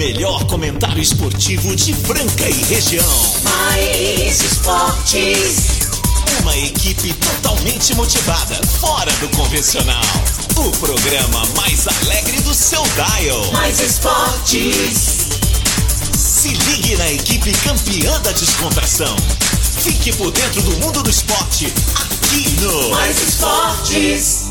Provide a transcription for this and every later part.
melhor comentário esportivo de Franca e região. Mais Esportes. Uma equipe totalmente motivada, fora do convencional. O programa mais alegre do seu dial. Mais Esportes. Se ligue na equipe campeã da descontração. Fique por dentro do mundo do esporte, aqui no Mais Esportes.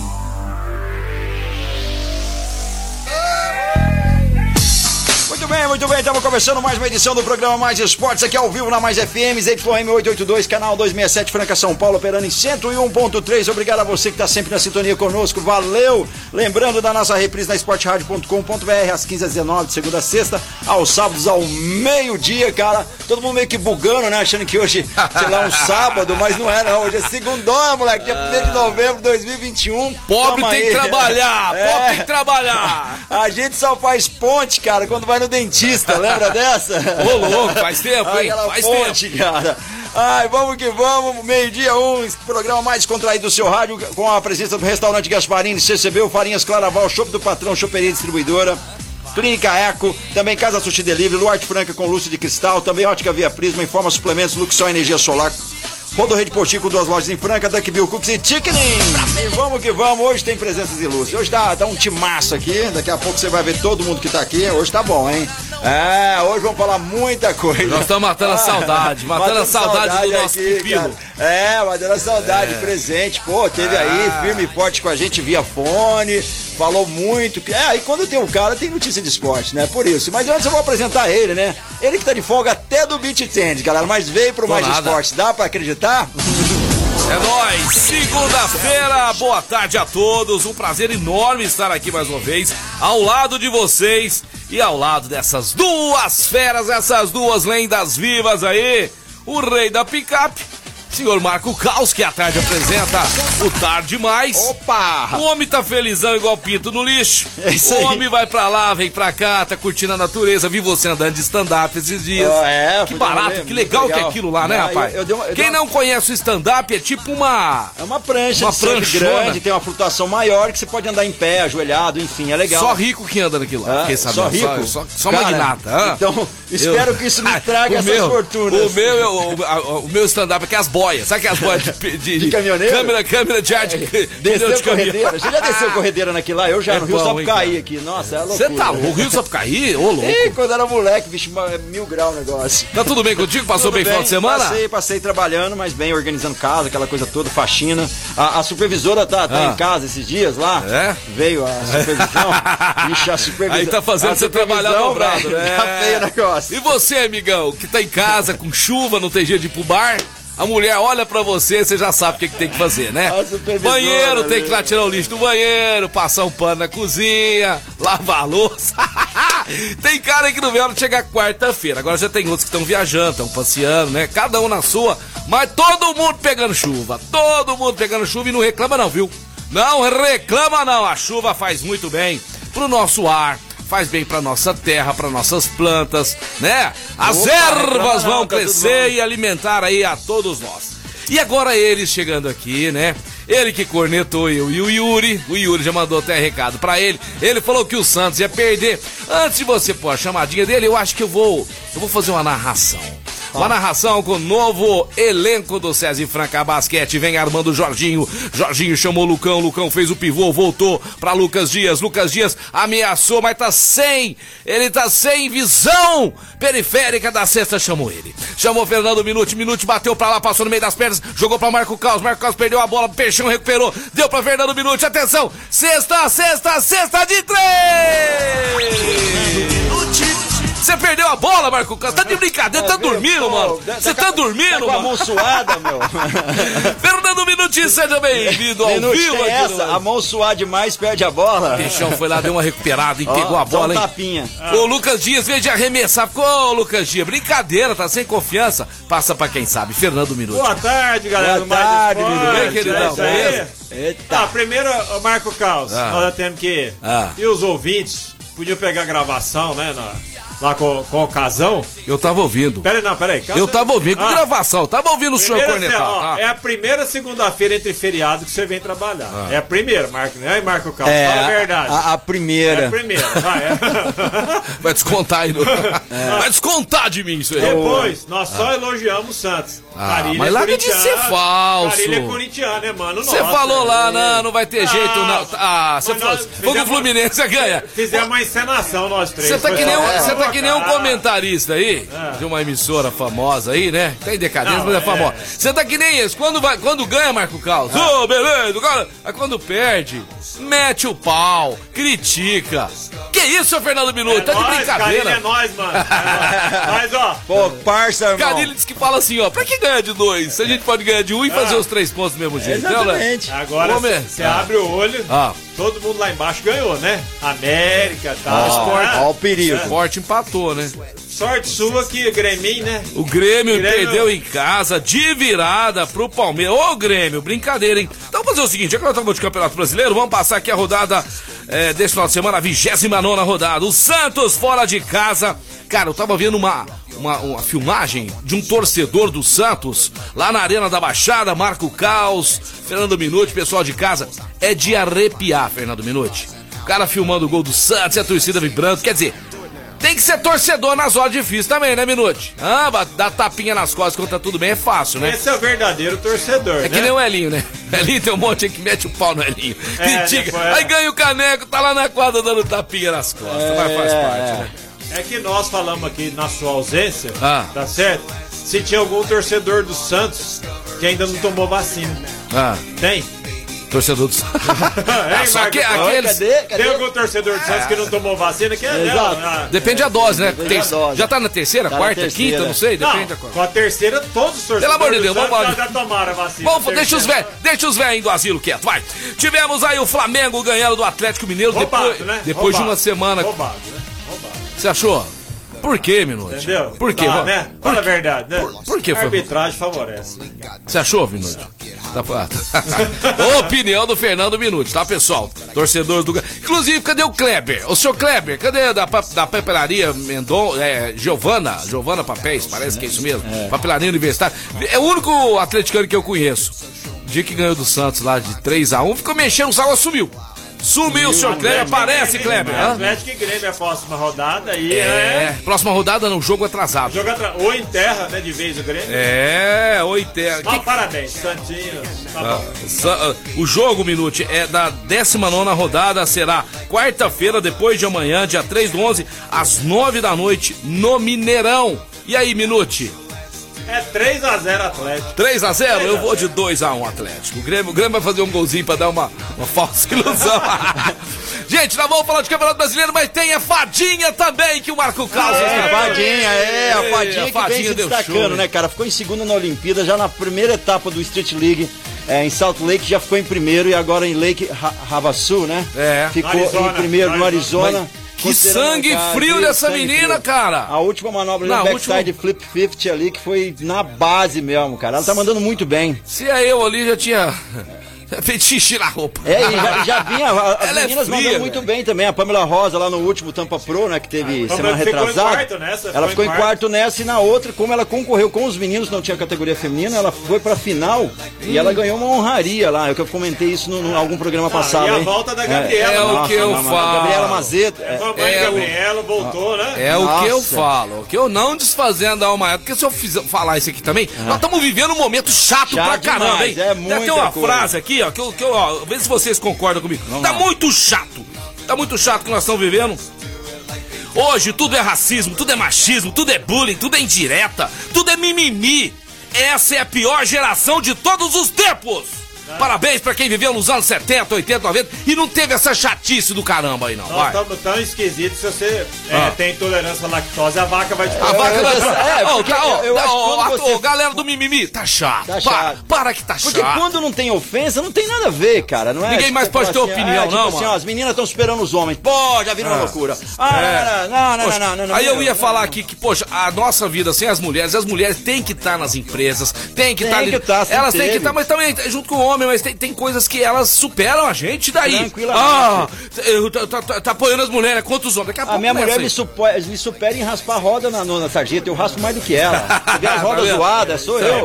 Muito bem, estamos começando mais uma edição do programa Mais Esportes, aqui ao vivo na Mais FM, ZYM 882, canal 267, Franca, São Paulo, operando em 101.3. Obrigado a você que está sempre na sintonia conosco, valeu! Lembrando da nossa reprise na esporteradio.com.br, às 15h19, de segunda a sexta, aos sábados ao meio-dia, cara. Todo mundo meio que bugando, né? Achando que hoje, sei lá, um sábado, mas não é não, hoje é segundona, moleque, dia 1º de novembro de 2021. Pobre tem que trabalhar, pobre tem que trabalhar. A gente só faz ponte, cara, quando vai no dentista, lembra dessa? Ô, louco, faz tempo, hein? Aquela Faz ponte, tempo. cara. Ai, vamos que vamos, meio-dia programa mais contraído do seu rádio, com a presença do restaurante Gasparini, CCB, Farinhas Claraval, Chopp do Patrão, Choperia Distribuidora, Clínica Eco, também Casa Sushi Delivery, Luarte Franca com Lúcio de Cristal, também Ótica Via Prisma, Informa Suplementos, Luxol Energia Solar, Rodorreio de Postigo, 2 lojas em Franca, Duck Bill Cooks e Ticketing. E vamos que vamos, hoje tem presenças ilustres. Hoje tá um timaço aqui, daqui a pouco você vai ver todo mundo que tá aqui. Hoje tá bom, hein? Hoje vamos falar muita coisa. Nós estamos matando a saudade, matando a saudade do nosso pupilo. Matando a saudade, presente. Pô, teve aí, firme e forte com a gente via fone, falou muito. E quando tem um cara, tem notícia de esporte, né? Por isso. Mas antes eu vou apresentar ele, né? Ele que tá de folga até do beach tennis, galera, mas veio pro Mais Esportes. Dá pra acreditar? É nóis, segunda-feira, boa tarde a todos, um prazer enorme estar aqui mais uma vez, ao lado de vocês e ao lado dessas duas feras, essas duas lendas vivas aí, o rei da picape, senhor Marco Caos, que à tarde apresenta o Tarde Mais. Opa! O homem tá felizão igual pinto no lixo. Isso o aí. homem vai pra lá, vem pra cá, tá curtindo a natureza. Vi você andando de stand-up esses dias. Que barato, que legal que é aquilo lá, né, rapaz? Quem não conhece o stand-up é tipo uma... É uma prancha de surf grande, tem uma flutuação maior que você pode andar em pé, ajoelhado, enfim, é legal. Só rico que anda naquilo lá. Só rico? Só magnata. Então, espero que isso me traga essas fortunas. O meu stand-up é que as boias. Sabe aquelas boias de caminhoneiro? Câmera de ar de desceu corredeira. Você já desceu corredeira naquilo lá? Eu já, no Rio Sapucaí aqui. Nossa, é loucura. Você tá louco? Rio Sapucaí? Ô, louco. Ih, quando era moleque, bicho, 1000 graus o negócio. Tá tudo bem contigo? Passou bem final de semana? Passei trabalhando, mas bem, organizando casa, aquela coisa toda, faxina. A supervisora tá em casa esses dias lá. É? Veio a supervisão. Ixi, a supervisão. Aí tá fazendo você trabalhar dobrado, né? Tá feio o negócio. E você, amigão, que tá em casa com chuva, não tem jeito de ir pro bar? A mulher olha pra você já sabe o que tem que fazer, né? Banheiro, tem que ir lá tirar o lixo do banheiro, passar um pano na cozinha, lavar a louça. Tem cara aí que não vê a hora de chegar quarta-feira. Agora já tem outros que estão viajando, estão passeando, né? Cada um na sua, mas todo mundo pegando chuva. Todo mundo pegando chuva e não reclama não, viu? Não reclama não, a chuva faz muito bem pro nosso ar. Faz bem pra nossa terra, pra nossas plantas, né? As ervas vão crescer e alimentar aí a todos nós. E agora eles chegando aqui, né? Ele que cornetou eu e o Yuri já mandou até recado pra ele. Ele falou que o Santos ia perder. Antes de você pôr a chamadinha dele, eu acho que eu vou fazer uma narração. Uma narração com o novo elenco do César Franca Basquete. Vem armando o Jorginho. Jorginho chamou o Lucão. Lucão fez o pivô, voltou pra Lucas Dias. Lucas Dias ameaçou, mas tá sem. Ele tá sem visão periférica da cesta. Chamou ele. Chamou Fernando Minuti. Minuti bateu pra lá, passou no meio das pernas. Jogou pra Marco Caos. Marco Caos perdeu a bola. Peixão recuperou. Deu pra Fernando Minuti. Atenção. Cesta de 3! Você perdeu a bola, Marco Caos. Tá de brincadeira, tá dormindo, mano. Você tá dormindo, mano. Tá com a mão suada, meu. Fernando Minuti, seja bem-vindo ao vivo aqui. Essa, a mão suada demais, perde a bola. O Peixão foi lá, deu uma recuperada e pegou a bola, hein? Tapinha. O Lucas Dias veio de arremessar. Ficou, Lucas Dias, brincadeira, tá sem confiança. Passa pra quem sabe, Fernando Minuti. Boa tarde, galera. Boa tarde, Minuti. Bem, queridão, beleza? Eita. Primeiro, Marco Caos, nós temos que... E os ouvintes podiam pegar a gravação, né? lá com o Casão. Eu tava ouvindo. Peraí. Eu tava ouvindo com gravação, tava ouvindo o senhor cornetar. Tá? É a primeira segunda-feira entre feriado que você vem trabalhar. É a primeira, Marco, né? Marco Carlos, fala a verdade. A primeira. É a primeira, vai. Vai descontar aí. Vai descontar de mim isso aí. Depois, nós só elogiamos o Santos. Mas larga de ser falso. Carilho é corintiano, né, mano? Você falou lá, não vai ter jeito, não. Você falou, fogo Fluminense, você ganha. Fizemos uma encenação, nós três. Você tá que nem um comentarista aí, de uma emissora famosa aí, né? Tá em decadência, mas é famosa. Você tá que nem esse. Quando ganha, Marco Carlos, beleza, cara. Aí quando perde, mete o pau, critica. Que isso, seu Fernando Minuto? Tá de brincadeira. É nós, mano. Mas, ó. Pô, parça, irmão. Carilho disse que fala assim, ó, pra que ganhar de 2? Se a gente pode ganhar de 1 e fazer os 3 pontos do mesmo jeito. Exatamente. Agora você abre o olho, todo mundo lá embaixo ganhou, né? América, tal. Esporte. Ó o perigo. O Esporte empatou, né? Sorte sua que o Grêmio, né? O Grêmio perdeu em casa, de virada pro Palmeiras. Ô, Grêmio, brincadeira, hein? Então vamos fazer o seguinte, já que nós estamos de Campeonato Brasileiro, vamos passar aqui a rodada desse final de semana, a 29ª rodada. O Santos fora de casa. Cara, eu tava vendo uma filmagem de um torcedor do Santos, lá na Arena da Baixada, Marco Caos, Fernando Minuti, pessoal de casa. É de arrepiar, Fernando Minuti. O cara filmando o gol do Santos e a torcida vibrando, quer dizer... Tem que ser torcedor nas horas difíceis também, né, Minuti? Dar tapinha nas costas quando tá tudo bem é fácil, né? Esse é o verdadeiro torcedor, né? É que nem o Elinho, né? O Elinho tem um monte aí que mete o pau no Elinho. Critica, aí ganha o caneco, tá lá na quadra dando tapinha nas costas. Mas faz parte, né? É que nós falamos aqui na sua ausência, tá certo? Se tinha algum torcedor do Santos que ainda não tomou vacina. Tem? Torcedor do Santos. Só que aqueles... Tem algum torcedor do Santos que não tomou vacina? Depende da dose, né? Já tá na terceira, quarta, quinta, não sei? Depende da com a terceira, todos os torcedores pelo amor de Deus, já tomaram a vacina. Deixa os velhos do asilo quieto, vai. Tivemos aí o Flamengo ganhando do Atlético Mineiro depois de uma semana. Roubado, né? Você achou? Por quê, Minuti? Entendeu? Por quê? Né? Fala a verdade, né? Por que foi? A arbitragem favorece. Você achou, Minuti? Opinião do Fernando Minuti, tá, pessoal? Torcedores do... Inclusive, cadê o Kleber? O senhor Kleber, cadê da papelaria Giovana Papéis, parece que é isso mesmo. Papelaria Universitária. É o único atleticano que eu conheço. O dia que ganhou do Santos lá de 3-1, ficou mexendo o saco, sumiu. Sumiu o senhor Kleber, aparece, Kleber. Atlético e Grêmio é a próxima rodada aí. Próxima rodada não, jogo atrasado. Ou enterra, né, de vez o Grêmio. Ou enterra. Parabéns, Santinho. O jogo, Minuti, é da 19ª rodada, será quarta-feira, depois de amanhã, dia 3/11, às 9 da noite, no Mineirão. E aí, Minuti? É 3-0 Atlético. 3-0? Eu vou de 2-1 Atlético. O Grêmio vai fazer um golzinho pra dar uma falsa ilusão. Gente, nós vamos falar de Campeonato Brasileiro, mas tem a Fadinha também, que o Marco Carlos... a Fadinha que vem se destacando, né, cara? Ficou em segundo na Olimpíada, já na primeira etapa do Street League. Em Salt Lake já ficou em primeiro e agora em Lake Havasu, né? Ficou em primeiro no Arizona. Que sangue frio dessa menina, cara! A última manobra no backside flip 50 ali, que foi na base mesmo, cara. Ela tá mandando muito bem. Se é eu ali, já tinha feito xixi na roupa. E já vinha, as meninas mandando muito bem também. A Pamela Rosa lá no último Tampa Pro, né, que teve semana retrasada. Ela ficou em quarto nessa e na outra, como ela concorreu com os meninos, não tinha categoria feminina, ela foi pra final e ela ganhou uma honraria lá. Eu comentei isso em algum programa passado. E a volta da Gabriela. É o que eu falo. Gabriela Mazeto. Gabriela voltou, né? É o que eu falo. O que eu não desfazendo a alma é. Porque se eu falar isso aqui também, nós estamos vivendo um momento chato pra caramba, hein? Tem uma frase aqui, vê se vocês concordam comigo. Tá muito chato o que nós estamos vivendo. Hoje tudo é racismo, tudo é machismo, tudo é bullying, tudo é indireta, tudo é mimimi. Essa é a pior geração de todos os tempos. Parabéns pra quem viveu nos anos 70, 80, 90 e não teve essa chatice do caramba aí, não. Nós estamos tão esquisitos. Se você tem intolerância à lactose, a vaca vai te A vaca vai... galera do mimimi, tá chato. Para que tá chato. Porque quando não tem ofensa, não tem nada a ver, cara. Não é? Ninguém mais pode ter opinião, não, mano. As meninas estão esperando os homens. Pô, já viram uma loucura. Não. Aí eu ia falar aqui que, poxa, a nossa vida sem as mulheres têm que estar nas empresas, têm que estar ali. Elas têm que estar, mas também junto com o homem, mas tem coisas que elas superam a gente daí. Tá apoiando as mulheres contra os homens. A minha mulher me supera em raspar a roda na sarjeta. Eu raspo mais do que ela. Você a roda zoada, sou eu.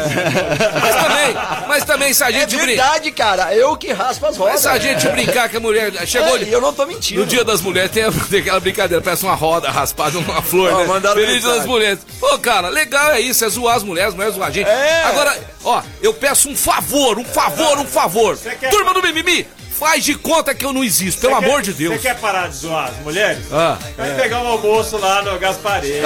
Mas também, se a gente brincar. É verdade, cara. Eu que raspo as rodas. Mas se a gente brincar que a mulher chegou. Eu não tô mentindo. No Dia das Mulheres tem aquela brincadeira, parece uma roda raspada, uma flor, né? Feliz Dia das Mulheres. Pô, cara, legal é isso, é zoar as mulheres zoar a gente. Agora, ó, eu peço um favor. Turma do Mimimi, faz de conta que eu não existo, pelo amor de Deus. Você quer parar de zoar as mulheres? Vai pegar um almoço lá no Gasparini.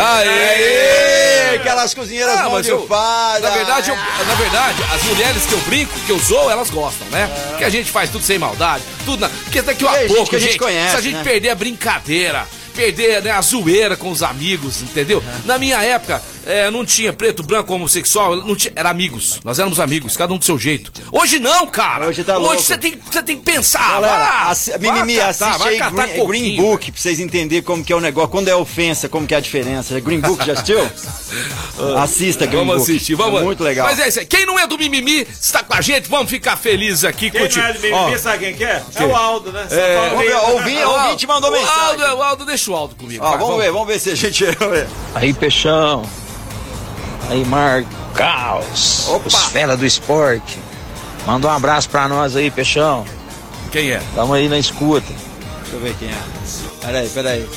Aquelas cozinheiras mão de fada. Na verdade, as mulheres que eu brinco, que eu zoo, elas gostam, né? Que a gente faz tudo sem maldade, tudo porque daqui a pouco, a gente conhece, se a gente perder a brincadeira, perder, né, a zoeira com os amigos, entendeu? Na minha época, não tinha preto, branco, homossexual, não tinha, era amigos. Nós éramos amigos, cada um do seu jeito. Hoje não, cara. Hoje tá louco. Hoje você tem que pensar. Galera, Mimimi, assiste aí Green Book pra vocês entenderem como que é o negócio, quando é ofensa, como que é a diferença. Green Book, já assistiu? Assista Green Book. Vamos assistir, vamos. Muito legal. Mas é isso aí. Quem não é do Mimimi, está com a gente, vamos ficar felizes aqui. Quem não é do Mimimi, sabe quem que é? É o Aldo, né? O ouvinte mandou mensagem. O Aldo, deixa o Aldo comigo. Vamos ver se a gente... Aí, Peixão. Aí, Marcos. Os fera do esporte. Manda um abraço pra nós aí, Peixão. Quem é? Tamo aí na escuta. Deixa eu ver quem é. Peraí.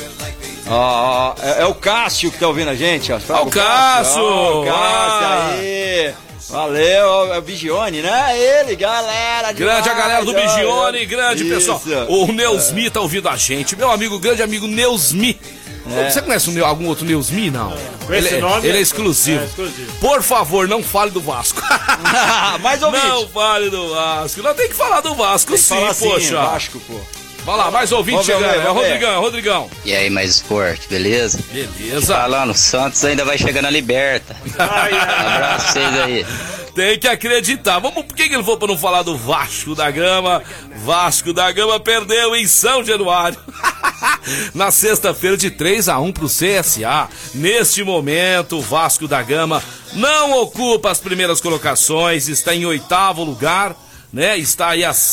É o Cássio que tá ouvindo a gente, ó. O Cássio! O Cássio, aí. Valeu, é o Bigione, né? Ele, galera. Grande a galera do Bigione, grande pessoal. O Neusmi tá ouvindo a gente. Meu grande amigo Neusmi. Você conhece algum outro Neusmi? Não. Ele é exclusivo. Por favor, não fale do Vasco. Mais ouvinte. Não fale do Vasco. Não tem que falar do Vasco, sim, poxa. Vasco, pô. Vai lá, mais ouvinte chegando. É o Rodrigão. E aí, mais esporte, beleza? Beleza. Falando, o Santos ainda vai chegar na Liberta. Abraço pra vocês aí. Tem que acreditar. Por que ele falou pra não falar do Vasco da Gama? Vasco da Gama perdeu em São Januário. Na sexta-feira de 3-1 pro CSA. Neste momento, o Vasco da Gama não ocupa as primeiras colocações, está em 8º lugar, né? Está aí a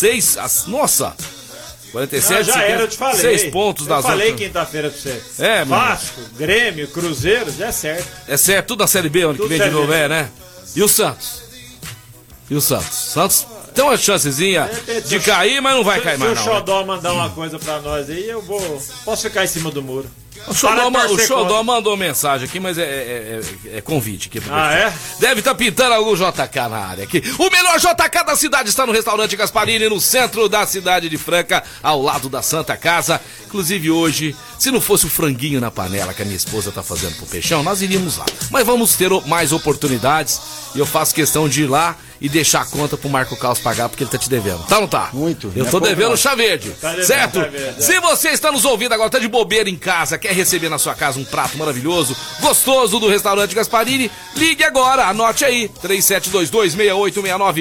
47, já era, eu te falei. 6 pontos das outras. Eu falei quinta-feira pra você. Vasco, Grêmio, Cruzeiro, já é certo. É certo, tudo na Série B, ano que vem de novo, né? E o Santos? Santos tem uma chancezinha de cair, mas não vai cair mais, não. Se o Xodó mandar uma coisa pra nós aí, posso ficar em cima do muro. O Xodó mandou mensagem aqui, mas é convite aqui. Deve estar pintando algum JK na área aqui. O melhor JK da cidade está no restaurante Gasparini, no centro da cidade de Franca, ao lado da Santa Casa. Inclusive hoje, se não fosse o franguinho na panela que a minha esposa tá fazendo pro Peixão, nós iríamos lá. Mas vamos ter mais oportunidades e eu faço questão de ir lá e deixar a conta pro Marco Carlos pagar, porque ele tá te devendo. Tá ou não tá? Muito. Eu tô devendo o chá verde, certo? Se você está nos ouvindo agora, tá de bobeira em casa, quer receber na sua casa um prato maravilhoso, gostoso do restaurante Gasparini, ligue agora, anote aí, 37226869,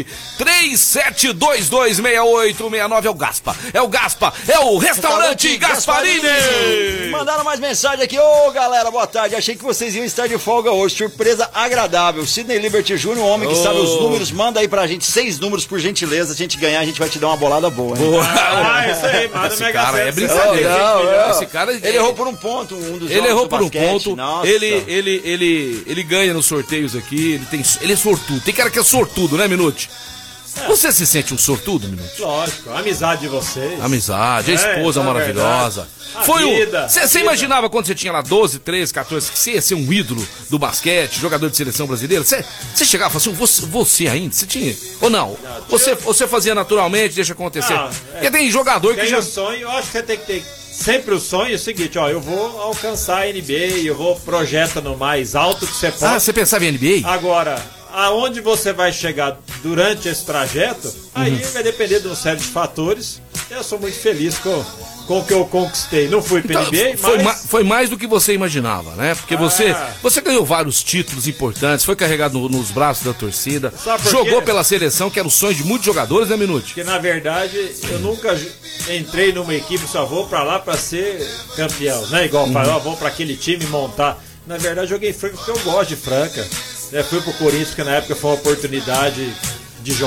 37226869, é o Gaspa, é o restaurante Gasparini. Mandaram mais mensagem aqui, galera, boa tarde, achei que vocês iam estar de folga hoje, surpresa agradável. Sidney Liberty Jr., um homem que sabe os números, manda aí pra gente 6 números, por gentileza, a gente ganhar, a gente vai te dar uma bolada boa, hein? Isso aí, manda esse cara é brincadeira. Esse cara, ele errou por um ponto, ele errou por um ponto, ele ganha nos sorteios aqui, ele é sortudo, tem cara que é sortudo, né, Minuti? Você se sente um sortudo, Minuti? Lógico, a amizade de vocês. Amizade, a esposa maravilhosa. Você imaginava quando você tinha lá 12, 13, 14, que você ia ser um ídolo do basquete, jogador de seleção brasileira? Você chegava e falava assim, você ainda? Você tinha? Ou não? Você fazia naturalmente, deixa acontecer? Porque tem jogador que já... sonho, eu acho que você tem que ter sempre o sonho é o seguinte, eu vou alcançar a NBA, eu vou projetar no mais alto que você pode. Você pensava em NBA? Agora, aonde você vai chegar durante esse trajeto, aí vai depender de uma série de fatores. Eu sou muito feliz com o que eu conquistei. Não fui para NBA, mas... Foi mais do que você imaginava, né? Porque você ganhou vários títulos importantes, foi carregado nos braços da torcida, jogou pela seleção, que era o sonho de muitos jogadores, né, Minuti? Porque, na verdade, eu nunca entrei numa equipe, só vou para lá para ser campeão, né? Igual vou para aquele time montar. Na verdade, joguei Franca porque eu gosto de Franca. Fui pro Corinthians, porque na época foi uma oportunidade de jogar junto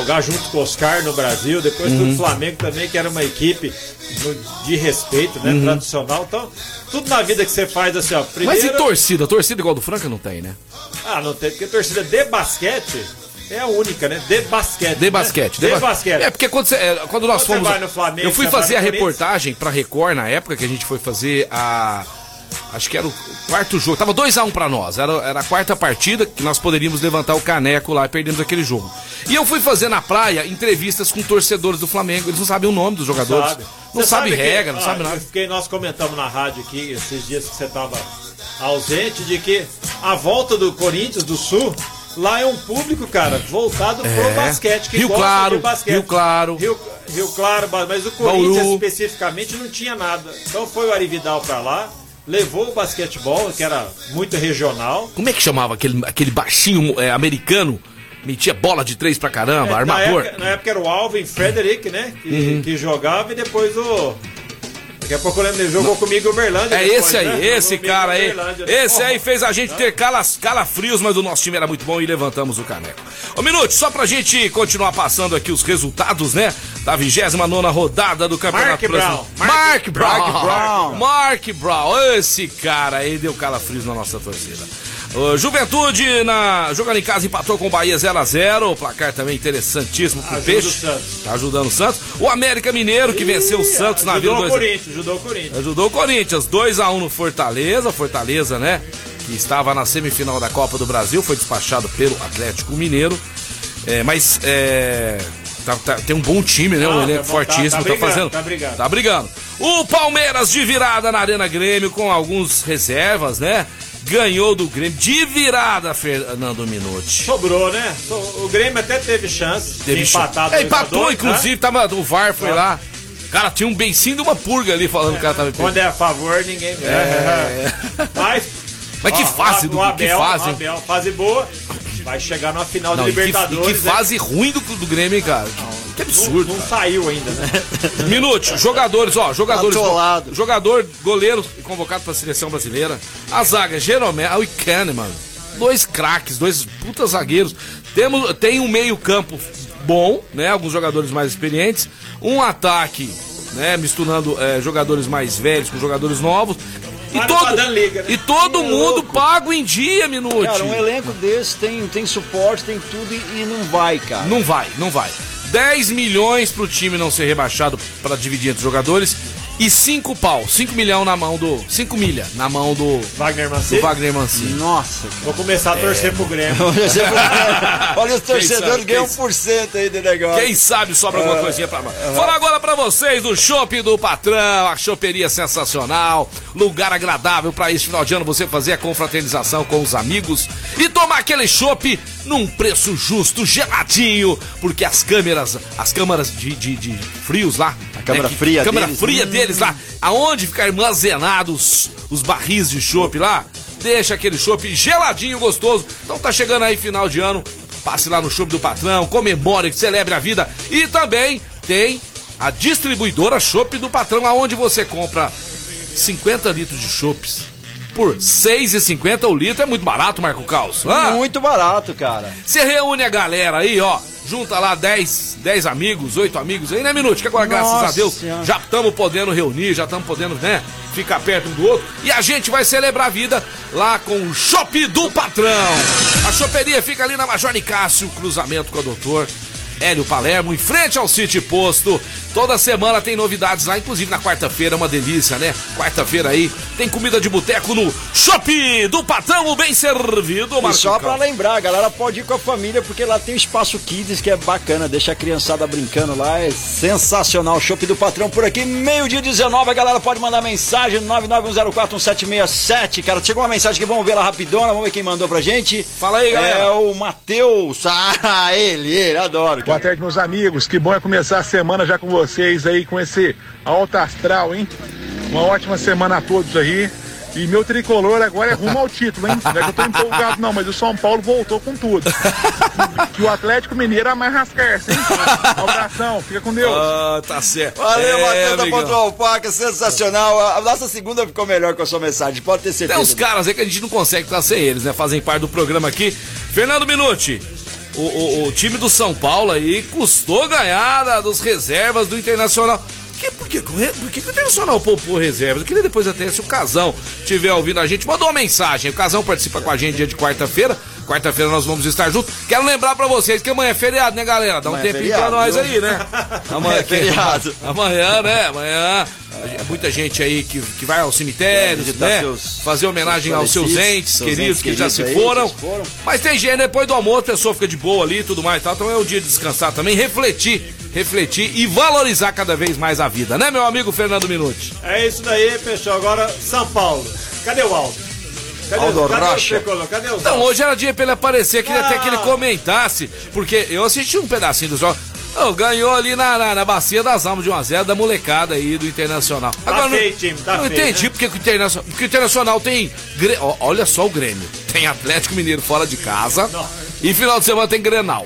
com o Oscar no Brasil, depois do Flamengo também, que era uma equipe de respeito, né? Tradicional. Então, tudo na vida que você faz assim, ó. Primeiro... Mas e torcida? Torcida igual do Franca não tem, né? Ah, não tem, porque torcida de basquete é a única, né? De basquete. De basquete. Né? De basquete. É, porque quando nós fomos. Vai no Flamengo, eu fui fazer a reportagem pra Record na época que a gente foi fazer a. Acho que era o quarto jogo. Tava 2-1 pra nós. Era a quarta partida que nós poderíamos levantar o caneco lá e perdemos aquele jogo. E eu fui fazer na praia entrevistas com torcedores do Flamengo. Eles não sabem o nome dos jogadores. Não sabem regra, não sabem nada. Nós comentamos na rádio aqui, esses dias que você tava ausente, de que a volta do Corinthians do Sul, lá é um público, cara, voltado pro basquete. Que Rio gosta Claro, de basquete. Rio Claro. Rio Claro, mas o Corinthians especificamente não tinha nada. Então foi o Arividal pra lá. Levou o basquetebol, que era muito regional. Como é que chamava aquele baixinho americano? Metia bola de 3 pra caramba, armador. Na época era o Alvin Frederick, né? Que jogava, e depois o... Daqui a pouco eu lembro, ele jogou comigo o Uberlândia. É depois, esse aí, né? esse cara aí. Esse aí fez a gente ter calafrios, mas o nosso time era muito bom e levantamos o caneco. Ô Minuto, só pra gente continuar passando aqui os resultados, né? Da 29ª rodada do Campeonato Brasileiro. Mark Brown. Esse cara aí deu calafrios na nossa torcida. Juventude, jogando em casa, empatou com o Bahia 0-0. O placar também interessantíssimo pro Peixe. Tá ajudando o Santos. O América Mineiro, que venceu o Santos na Vila 2. Ajudou o Corinthians. 2-1 no Fortaleza. Fortaleza, né? Que estava na semifinal da Copa do Brasil. Foi despachado pelo Atlético Mineiro. Tem um bom time, né? Um elenco fortíssimo. Tá brigando. O Palmeiras de virada na Arena Grêmio com alguns reservas, né? Ganhou do Grêmio de virada, Fernando Minuti. Sobrou, né? O Grêmio até teve chance de empatar. Empatou, inclusive, né? O VAR foi lá. Cara, tinha um beicinho de uma purga ali falando que o cara tava... Quando é a favor, ninguém vê. Mas que fase, que fase. Fase boa. Vai chegar numa final de Libertadores. Que fase ruim do Grêmio, hein, cara? Que absurdo. Não saiu ainda, né? Minuto, jogador, goleiro convocado pra seleção brasileira. A zaga, Jeromel e Kahneman. 2 craques, 2 putas zagueiros. Tem um meio-campo bom, né? Alguns jogadores mais experientes. Um ataque, né? Misturando jogadores mais velhos com jogadores novos. E todo mundo pago em dia, Minuto. Cara, um elenco desse tem suporte, tem tudo e não vai, cara. Não vai. 10 milhões pro time não ser rebaixado para dividir entre os jogadores e 5 milhas na mão do Wagner Mancini. Nossa, cara. Vou começar a torcer pro Grêmio. Olha, os torcedores ganham 1% aí do negócio. Quem sabe sobra alguma coisinha pra nós. Fala agora pra vocês do Chopp do Patrão, a choperia sensacional, lugar agradável pra esse final de ano você fazer a confraternização com os amigos e tomar aquele chopp num preço justo, geladinho, porque as câmaras de frios lá, a câmara fria deles lá, aonde ficar armazenados os barris de chopp lá, deixa aquele chopp geladinho, gostoso. Então tá chegando aí final de ano, passe lá no Chopp do Patrão, comemore, celebre a vida. E também tem a distribuidora Chopp do Patrão, aonde você compra 50 litros de chopps por R$ 6,50 o litro. É muito barato, Marco Caos. Muito barato, cara. Você reúne a galera aí, ó, junta lá 10 amigos, 8 amigos aí, né, Minuto? Que agora, graças a Deus, já estamos podendo reunir, já estamos podendo, né, ficar perto um do outro. E a gente vai celebrar a vida lá com o Chopp do Patrão. A choperia fica ali na Major Nicásio, cruzamento com o doutor Hélio Palermo, em frente ao City Posto. Toda semana tem novidades lá, inclusive na quarta-feira, uma delícia, né? Quarta-feira aí tem comida de boteco no Chopp do Patrão, bem servido, Marcos. E só pra lembrar, a galera pode ir com a família, porque lá tem o Espaço Kids, que é bacana, deixa a criançada brincando lá, é sensacional. Chopp do Patrão por aqui, 12h19, a galera pode mandar mensagem, 991041767, cara. Chegou uma mensagem que vamos ver lá rapidona, vamos ver quem mandou pra gente. Fala aí, galera. É o Matheus, ele, adoro. Boa tarde, meus amigos, que bom é começar a semana já com vocês aí, com esse alto astral, hein? Uma ótima semana a todos aí. E meu tricolor agora é rumo ao título, hein? Não é que eu tô empolgado não, mas o São Paulo voltou com tudo. Que o Atlético Mineiro é mais rascarça, hein? Um abração, fica com Deus. Tá certo. Valeu, Matheus da Pontual Paca, sensacional. A nossa segunda ficou melhor com a sua mensagem, pode ter certeza. Tem uns caras aí que a gente não consegue estar sem eles, né? Fazem parte do programa aqui. Fernando Minuti, o time do São Paulo aí custou ganhar dos reservas do Internacional. Por que o Internacional poupou reservas? Eu queria depois até, se o Casão estiver ouvindo a gente, mandou uma mensagem. O Casão participa com a gente dia de quarta-feira. Quarta-feira nós vamos estar juntos. Quero lembrar pra vocês que amanhã é feriado, né, galera? Dá um tempinho feriado, pra nós aí, né? Amanhã é feriado. Amanhã, né? Amanhã. Muita gente aí que vai aos cemitérios, né? Fazer homenagem aos seus entes queridos que já se foram. Mas tem gente, depois do almoço, a pessoa fica de boa ali e tudo mais e tal. Então é o dia de descansar também, refletir e valorizar cada vez mais a vida, né, meu amigo Fernando Minuti? É isso daí, pessoal. Agora, São Paulo. Cadê o Aldo? Aldo Rocha. Cadê o Então, hoje era dia pra ele aparecer, queria até que ele comentasse, porque eu assisti um pedacinho do jogo. Ganhou ali na Bacia das Almas de 1-0 da molecada aí do Internacional. Agora, feio, time, não entendi, né? Porque o Internacional tem... Olha só o Grêmio. Tem Atlético Mineiro fora de casa. Não. E final de semana tem Grenal.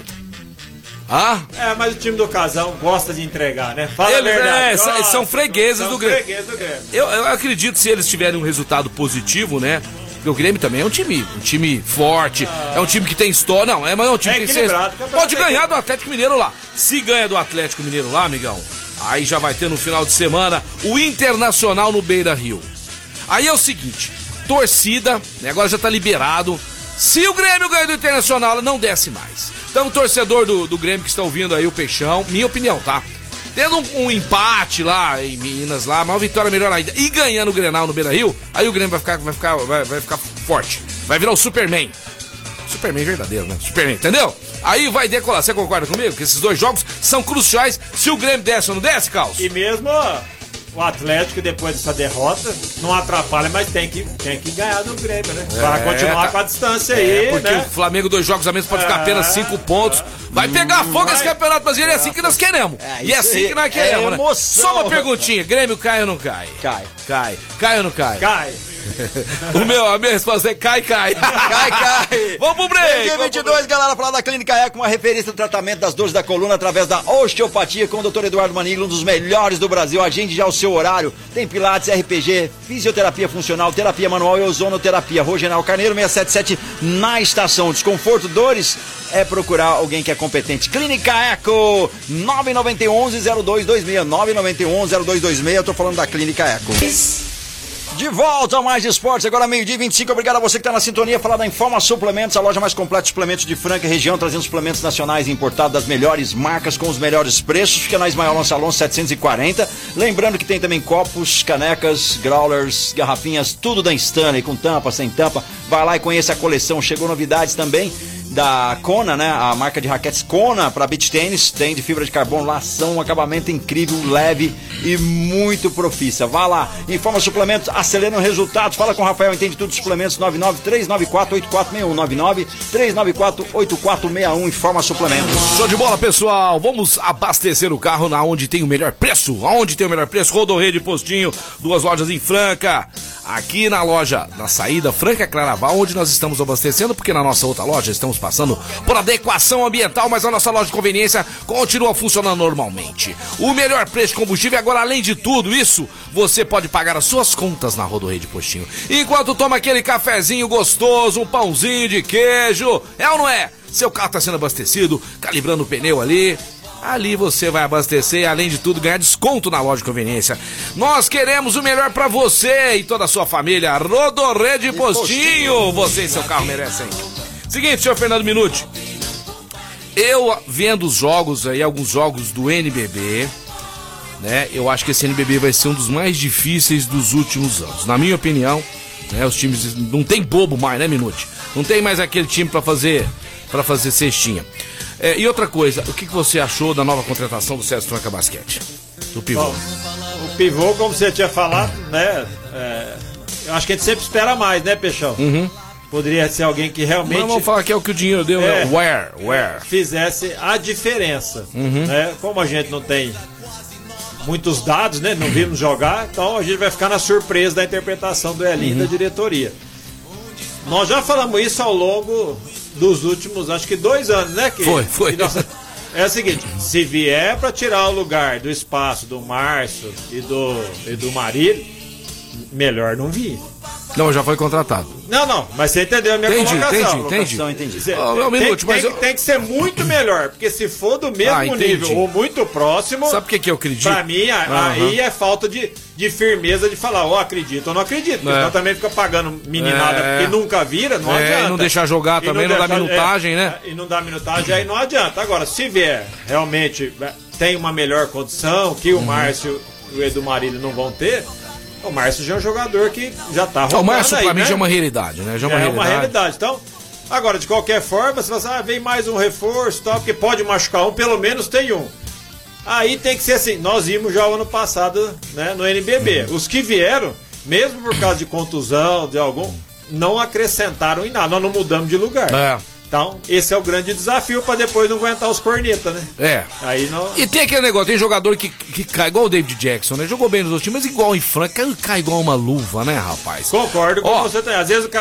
Mas o time do Casão gosta de entregar, né? Fala a verdade. São fregueses do Grêmio. Grêmio. Eu acredito, se eles tiverem um resultado positivo, né? Porque o Grêmio também é um time forte, é um time que tem história. Não, mas é um time que tem pode ganhar do Atlético Mineiro lá. Se ganha do Atlético Mineiro lá, amigão, aí já vai ter no final de semana o Internacional no Beira-Rio. Aí é o seguinte, torcida, né, agora já tá liberado. Se o Grêmio ganha do Internacional, não desce mais. Então, o torcedor do Grêmio que está ouvindo aí o Peixão, minha opinião, tá? Tendo um empate lá em Minas, lá, uma vitória melhor ainda, e ganhando o Grenal no Beira-Rio, aí o Grêmio vai ficar forte. Vai virar o Superman. Superman verdadeiro, né? Superman, entendeu? Aí vai decolar. Você concorda comigo? Que esses dois jogos são cruciais. Se o Grêmio desce ou não desce, Carlos? E mesmo o Atlético, depois dessa derrota, não atrapalha, mas tem que ganhar do Grêmio, né? Pra continuar com a distância aí, porque né? o Flamengo 2 jogos a menos pode ficar apenas 5 pontos. Vai pegar fogo esse campeonato brasileiro, é assim que nós queremos. E é assim que nós queremos, né? Só uma perguntinha, Grêmio cai ou não cai? Cai. Cai ou não cai? Cai. A minha resposta é cai. Cai. Vamos pro break. Dia 22, galera, falar da Clínica Eco, uma referência no tratamento das dores da coluna através da osteopatia com o Dr. Eduardo Maniglo, um dos melhores do Brasil. Agende já o seu horário. Tem pilates, RPG, fisioterapia funcional, terapia manual e ozonoterapia. Rogenal Carneiro 677 na estação. Desconforto, dores, é procurar alguém que é competente. Clínica Eco 9911-0226 9911-0226. Eu tô falando da Clínica Eco. De volta a mais esportes, agora meio-dia 25. Obrigado a você que está na sintonia. Falar da Informa Suplementos, a loja mais completa de suplementos de Franca e região, trazendo suplementos nacionais e importados das melhores marcas com os melhores preços. Fica na Ismael Alonso Alonso 740. Lembrando que tem também copos, canecas, growlers, garrafinhas, tudo da Stanley, com tampa, sem tampa. Vai lá e conheça a coleção. Chegou novidades também da Kona, né? A marca de raquetes Kona para beach tênis, tem de fibra de carbono, lação, um acabamento incrível, leve e muito profissa. Vá lá, Informa Suplementos, acelerando resultados. Fala com o Rafael, entende tudo, suplementos 993948461 993948461. Informa Suplementos. Show de bola, pessoal. Vamos abastecer o carro na onde tem o melhor preço. Aonde tem o melhor preço? Rodorrede Postinho, 2 lojas em Franca. Aqui na loja, na saída Franca Claraval, onde nós estamos abastecendo, porque na nossa outra loja estamos passando por adequação ambiental, mas a nossa loja de conveniência continua funcionando normalmente. O melhor preço de combustível, agora além de tudo isso, você pode pagar as suas contas na Rodorrede Postinho. Enquanto toma aquele cafezinho gostoso, um pãozinho de queijo, é ou não é? Seu carro está sendo abastecido, calibrando o pneu ali. Ali você vai abastecer e, além de tudo, ganhar desconto na loja de conveniência. Nós queremos o melhor pra você e toda a sua família. Rodorrede Postinho. Você e seu carro merecem. Seguinte, senhor Fernando Minuti. Eu vendo os jogos aí, alguns jogos do NBB, né? Eu acho que esse NBB vai ser um dos mais difíceis dos últimos anos. Na minha opinião, né? Os times não tem bobo mais, né, Minuti? Não tem mais aquele time pra fazer cestinha. E outra coisa, o que você achou da nova contratação do César Franca Basquete? Do pivô? Bom, o pivô, como você tinha falado, né? Eu acho que a gente sempre espera mais, né, Peixão? Uhum. Poderia ser alguém que realmente... Mas vamos falar que é o que o dinheiro deu, né? Where? Fizesse a diferença. Uhum. Né? Como a gente não tem muitos dados, né? Não vimos jogar, então a gente vai ficar na surpresa da interpretação do Elinho e da diretoria. Nós já falamos isso ao longo dos últimos, acho que 2 anos, né? Foi. É o seguinte, se vier para tirar o lugar do espaço do Márcio e do Marílio, melhor não vir. Não, já foi contratado. Não, mas você entendeu a minha colocação. Entendi. Tem que ser muito melhor, porque se for do mesmo nível ou muito próximo... Sabe o que eu acredito? Pra mim, aí é falta de firmeza de falar, acredito ou não acredito. Porque senão também fica pagando meninada porque nunca vira, não adianta. E não deixar jogar também, não dá minutagem, né? E não dá minutagem, aí não adianta. Agora, se vier, realmente, tem uma melhor condição, que o Márcio e o Edu Marílio não vão ter... O Márcio já é um jogador que já tá rolando. O Márcio, pra mim, né? já é uma realidade, né? Já é uma realidade. Então, agora, de qualquer forma, você fala assim, vem mais um reforço e tal, porque pode machucar um, pelo menos tem um. Aí tem que ser assim, nós vimos já o ano passado, né, no NBB. Os que vieram, mesmo por causa de contusão, de algum, não acrescentaram em nada, nós não mudamos de lugar. Então, esse é o grande desafio pra depois não aguentar os cornetas, né? Aí não... E tem aquele negócio, tem jogador que cai igual o David Jackson, né? Jogou bem nos outros times, mas igual em Franca, cai igual uma luva, né, rapaz? Concordo com você também. Às vezes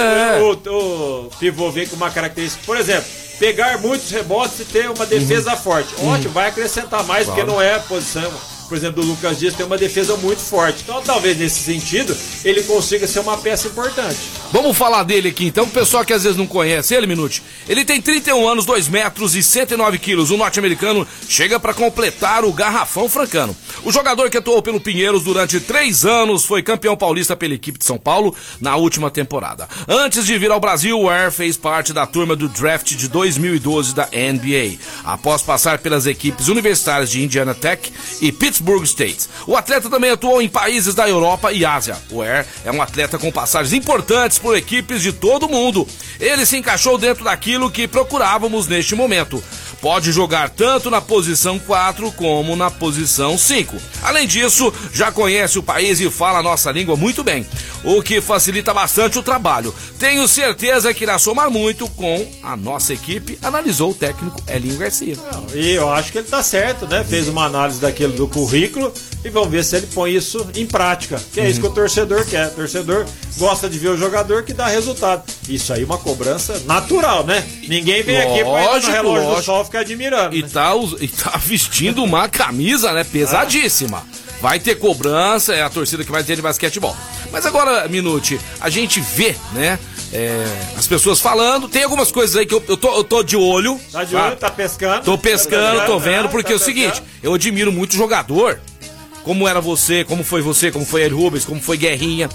o pivô vem com uma característica, por exemplo, pegar muitos rebotes e ter uma defesa forte. Ótimo, vai acrescentar mais, porque não é a posição... Por exemplo, do Lucas Dias tem uma defesa muito forte. Então, talvez nesse sentido, ele consiga ser uma peça importante. Vamos falar dele aqui, então. O pessoal que às vezes não conhece ele, Minuti. Ele tem 31 anos, 2 metros e 109 quilos. O norte-americano chega para completar o garrafão francano. O jogador que atuou pelo Pinheiros durante 3 anos foi campeão paulista pela equipe de São Paulo na última temporada. Antes de vir ao Brasil, o Air fez parte da turma do draft de 2012 da NBA. Após passar pelas equipes universitárias de Indiana Tech e Pittsburgh State. O atleta também atuou em países da Europa e Ásia. O Air é um atleta com passagens importantes por equipes de todo o mundo. Ele se encaixou dentro daquilo que procurávamos neste momento. Pode jogar tanto na posição 4 como na posição 5. Além disso, já conhece o país e fala a nossa língua muito bem, o que facilita bastante o trabalho. Tenho certeza que irá somar muito com a nossa equipe, analisou o técnico Elinho Garcia. E eu acho que ele tá certo, né? Fez uma análise daquilo do currículo e vamos ver se ele põe isso em prática, que é isso que o torcedor quer. O torcedor gosta de ver o jogador que dá resultado. Isso aí é uma cobrança natural, né? Ninguém vem aqui pra ir no relógio do sol ficar admirando. E, né? tá vestindo uma camisa, né? Pesadíssima. Vai ter cobrança, é a torcida que vai ter de basquetebol. Mas agora, Minuti, a gente vê, né? As pessoas falando, tem algumas coisas aí que eu tô de olho. Tá de olho, tá pescando. Tô pescando, tô vendo, porque é o seguinte, eu admiro muito o jogador. Como era você, como foi Ed Rubens, como foi Guerrinha,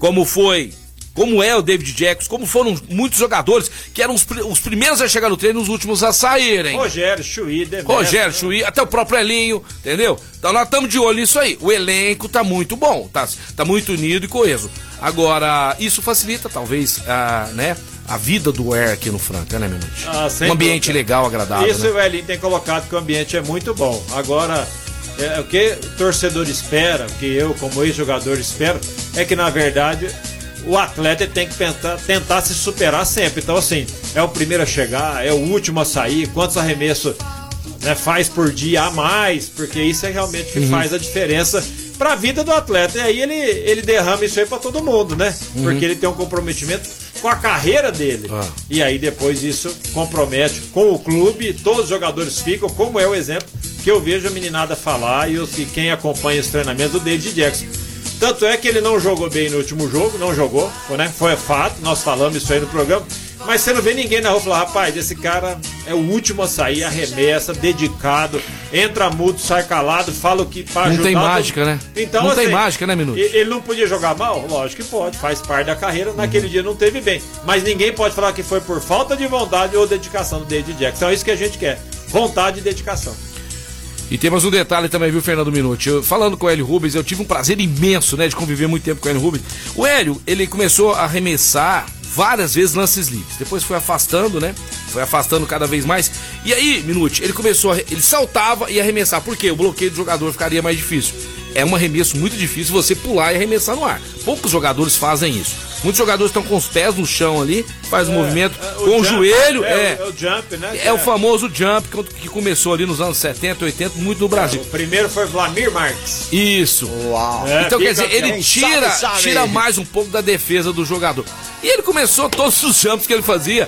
como é o David Jackson, como foram muitos jogadores que eram os primeiros a chegar no treino e os últimos a saírem. Rogério, Chuí, até o próprio Elinho, entendeu? Então nós estamos de olho nisso aí. O elenco tá muito bom, tá muito unido e coeso. Agora, isso facilita talvez a vida do Air aqui no Franca, né, Minuti? Um ambiente legal, agradável. Isso, né? O Elinho tem colocado que o ambiente é muito bom. Agora, o que o torcedor espera, o que eu como ex-jogador espero, é que na verdade o atleta tem que tentar se superar sempre. Então, assim, é o primeiro a chegar, é o último a sair, quantos arremessos, né, faz por dia a mais, porque isso é realmente que faz a diferença para a vida do atleta. E aí ele derrama isso aí para todo mundo, né? Porque ele tem um comprometimento com a carreira dele. E aí depois isso compromete com o clube, todos os jogadores ficam, como é o exemplo que eu vejo a meninada falar e quem acompanha os treinamentos do David Jackson. Tanto é que ele não jogou bem no último jogo, não jogou, né? Foi fato, nós falamos isso aí no programa. Mas você não vê ninguém na rua falar, rapaz, esse cara é o último a sair, arremessa, dedicado, entra mudo, sai calado, fala o que pra ajudar. Não tem mágica, né? Então, não assim, tem mágica, né, Minuto? Ele não podia jogar mal? Lógico que pode, faz parte da carreira, naquele dia não teve bem. Mas ninguém pode falar que foi por falta de vontade ou dedicação do David Jackson. Então é isso que a gente quer, vontade e dedicação. E temos um detalhe também, viu, Fernando Minuti? Falando com o Hélio Rubens, eu tive um prazer imenso, né, de conviver muito tempo com o Hélio Rubens. O Hélio, ele começou a arremessar várias vezes lances livres. Depois foi afastando, né? Foi afastando cada vez mais. E aí, Minuti, ele saltava e arremessar. Por quê? O bloqueio do jogador ficaria mais difícil. É um arremesso muito difícil você pular e arremessar no ar. Poucos jogadores fazem isso. Muitos jogadores estão com os pés no chão ali, faz um movimento com o joelho. É o jump, né? É o famoso jump que começou ali nos anos 70, 80, muito no Brasil. O primeiro foi Vladimir Marques. Isso. Uau. Então, quer dizer, ele tira mais um pouco da defesa do jogador. E ele começou todos os jumps que ele fazia,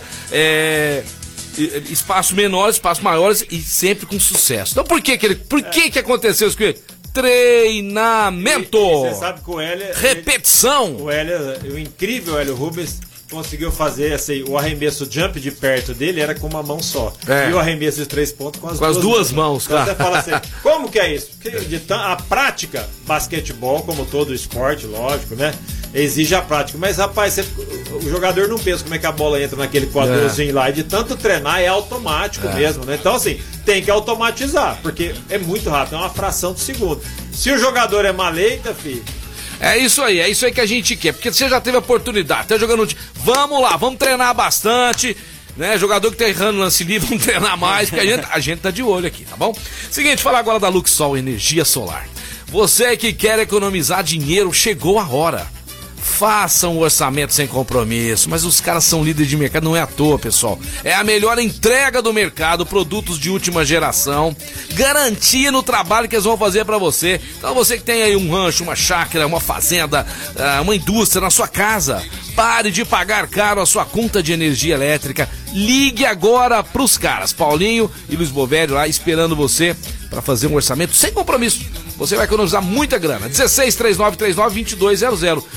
espaços menores, espaços maiores e sempre com sucesso. Então, por que aconteceu isso com ele? treinamento. Você sabe que o Hélio... Repetição. O incrível Hélio Rubens conseguiu fazer assim, o arremesso jump de perto dele era com uma mão só. É. E o arremesso de 3 pontos com as duas mãos, então cara. você fala assim, como que é isso? Porque a prática, basquetebol, como todo esporte, lógico, né? Exige a prática. Mas, rapaz, o jogador não pensa como é que a bola entra naquele quadrozinho lá. E de tanto treinar é automático mesmo, né? Então, assim, tem que automatizar, porque é muito rápido, é uma fração de segundo. Se o jogador é maleita, filho... É isso aí que a gente quer, porque você já teve a oportunidade, tá jogando... Vamos lá, vamos treinar bastante, né? Jogador que tá errando lance livre, vamos treinar mais, porque a gente tá de olho aqui, tá bom? Seguinte, falar agora da Luxol Energia Solar. Você que quer economizar dinheiro, chegou a hora. Faça um orçamento sem compromisso, mas os caras são líderes de mercado, não é à toa, pessoal. É a melhor entrega do mercado, produtos de última geração, garantia no trabalho que eles vão fazer pra você. Então você que tem aí um rancho, uma chácara, uma fazenda, uma indústria na sua casa, pare de pagar caro a sua conta de energia elétrica. Ligue agora pros caras, Paulinho e Luiz Bovério lá esperando você para fazer um orçamento sem compromisso. Você vai economizar muita grana. 163939-2200.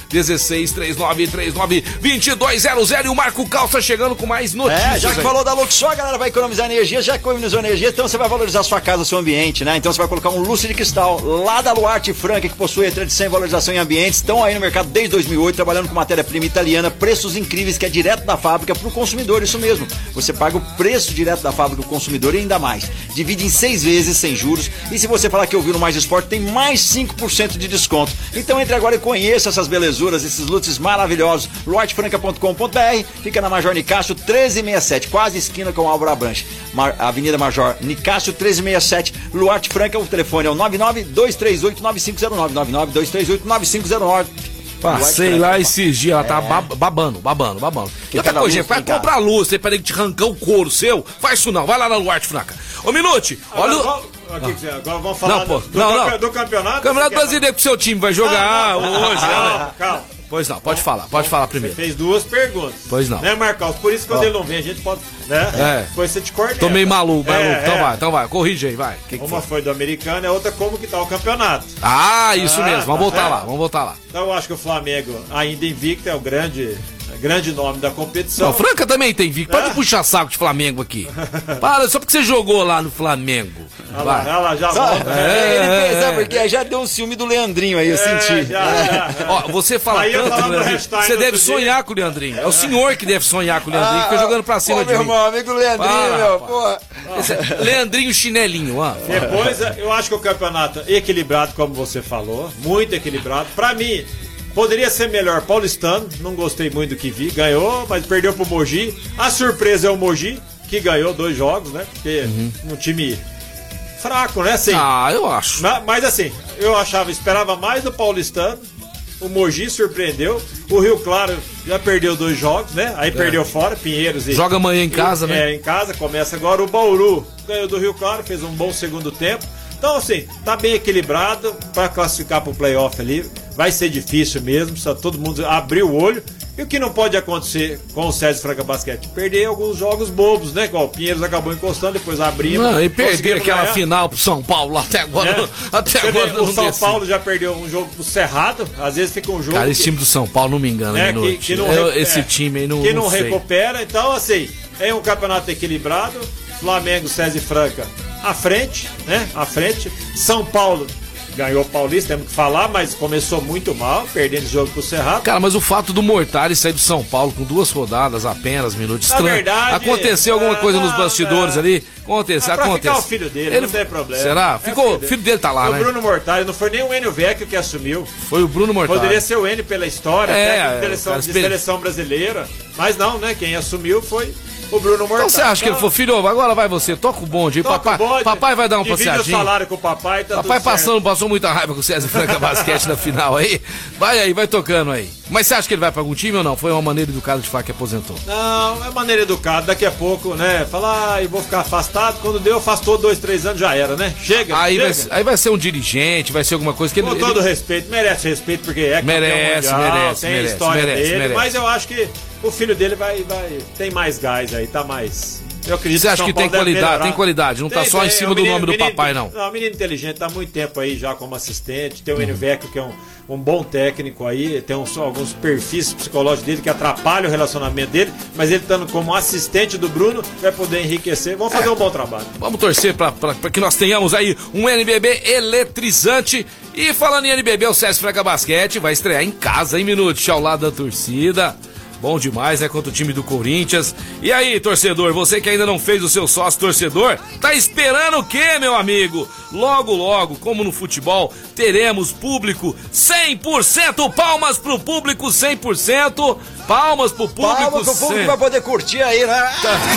163939-2200. E o Marco Calça chegando com mais notícias. Já que falou da Luxor, a galera vai economizar energia. Já economizou energia, então você vai valorizar a sua casa, o seu ambiente, né? Então você vai colocar um lustre de cristal lá da Luarte Franca, que possui a tradição em valorização em ambientes. Estão aí no mercado desde 2008, trabalhando com matéria-prima italiana, preços incríveis, que é direto da fábrica pro consumidor. Isso mesmo. Você paga o preço direto da fábrica do consumidor e ainda mais. Divide em 6 vezes, sem juros. E se você falar que ouviu no Mais Esporte, tem mais 5% de desconto. Então entre agora e conheça essas belezuras, esses lustres maravilhosos. luartefranca.com.br, fica na Major Nicásio 1367, quase esquina com Álvaro Abranches. Avenida Major Nicásio 1367, Luarte Franca, o telefone é o 99-238-9509, 99-238-9509. Passei lá esses dias, ela tava babando. E outra coisa, vai comprar luz, você peraí que te arrancar o couro seu, faz isso não, vai lá na Luarte Franca. Ô Minute, olha o... Agora vamos falar do campeonato. Campeonato Brasileiro que o seu time vai jogar hoje. Calma. Pois não, pode falar primeiro. Você fez 2 perguntas. Pois não. Né, Marcos? Por isso que quando ele não vem, a gente pode, né? Depois você te corta. Tô meio maluco. Então vai, corrige aí, vai. Uma foi do americano, a outra como que tá o campeonato. Isso mesmo, vamos voltar lá. Então eu acho que o Flamengo, ainda invicto, é o grande nome da competição. Não, Franca também tem invicto. Pode puxar saco de Flamengo aqui. Para, só porque você jogou lá no Flamengo. Olha lá, já volta. Ele pensa, porque já deu um ciúme do Leandrinho aí, eu senti. Ó, você fala aí tanto, Leandrinho, você deve sonhar com o Leandrinho. É o senhor que deve sonhar com o Leandrinho, fica jogando pra cima de mim. Meu irmão, amigo Leandrinho, porra. Leandrinho chinelinho, ó. Depois, eu acho que o campeonato é equilibrado, como você falou, muito equilibrado. Pra mim, poderia ser melhor Paulistano, não gostei muito do que vi, ganhou, mas perdeu pro Mogi. A surpresa é o Mogi, que ganhou 2 jogos, né? Porque um time fraco, né? Assim, eu acho. Mas assim, esperava mais do Paulistano. O Mogi surpreendeu. O Rio Claro já perdeu 2 jogos, né? Aí perdeu fora, Pinheiros e... Joga amanhã em casa, né? Em casa, começa agora. O Bauru ganhou do Rio Claro, fez um bom segundo tempo. Então, assim, tá bem equilibrado para classificar pro playoff ali. Vai ser difícil mesmo, só todo mundo abrir o olho. E o que não pode acontecer com o César Franca Basquete? Perder alguns jogos bobos, né? Igual o Pinheiros acabou encostando, depois abrindo. E perder aquela final pro São Paulo até agora. Até agora o São Paulo já perdeu um jogo pro Cerrado. Às vezes fica um jogo. Cara, esse time do São Paulo, não me engano, esse time aí não. Que não recupera. Então, assim, é um campeonato equilibrado. Flamengo, César Franca à frente, né? À frente. São Paulo ganhou o Paulista, temos que falar, mas começou muito mal, perdendo o jogo pro Cerrado. Cara, mas o fato do Mortari sair do São Paulo com 2 rodadas apenas, minutos estranho. Verdade, aconteceu alguma coisa nos bastidores ali? Aconteceu. Ficar o filho dele, não tem problema. Será? O filho dele tá lá, né? O Bruno Mortari, não foi nem o Enio Vecchio que assumiu. Foi o Bruno Mortari. Poderia ser o Enio pela história, técnico de seleção brasileira. Mas não, né? Quem assumiu foi o Bruno Mortari. Então você acha que ele falou, filho, agora vai você, toca o bonde aí, papai vai dar uma passeadinha. Divide o salário com o papai, tá papai passou muita raiva com o César Franca Basquete na final aí. Vai aí, vai tocando aí. Mas você acha que ele vai pra algum time ou não? Foi uma maneira educada de falar que aposentou? Não, é maneira educada, daqui a pouco, né? Falar, eu vou ficar afastado, quando deu, afastou 2, 3 anos, já era, né? Chega, aí vai ser um dirigente, vai ser alguma coisa que com todo respeito, merece respeito, porque é campeão mundial, tem a história dele, mas eu acho que o filho dele tem mais gás aí, tá mais Eu acredito Você acha que São Paulo tem qualidade? deve Tem qualidade, não tá só em cima do nome do papai, não. Não, menino inteligente, tá há muito tempo aí já como assistente. Tem o Enivecchio, que é um bom técnico aí. Tem alguns perfis psicológicos dele que atrapalham o relacionamento dele. Mas ele estando como assistente do Bruno, vai poder enriquecer. Vamos fazer um bom trabalho. Vamos torcer pra que nós tenhamos aí um NBB eletrizante. E falando em NBB, o César Franca Basquete vai estrear em casa em minutos ao lado da torcida. Bom demais, né? Contra o time do Corinthians. E aí, torcedor, você que ainda não fez o seu sócio torcedor, tá esperando o quê, meu amigo? Logo, logo, como no futebol, teremos público 100%. Palmas pro público 100%. Palmas pro público 100%. Palmas pro público vai poder curtir aí, né?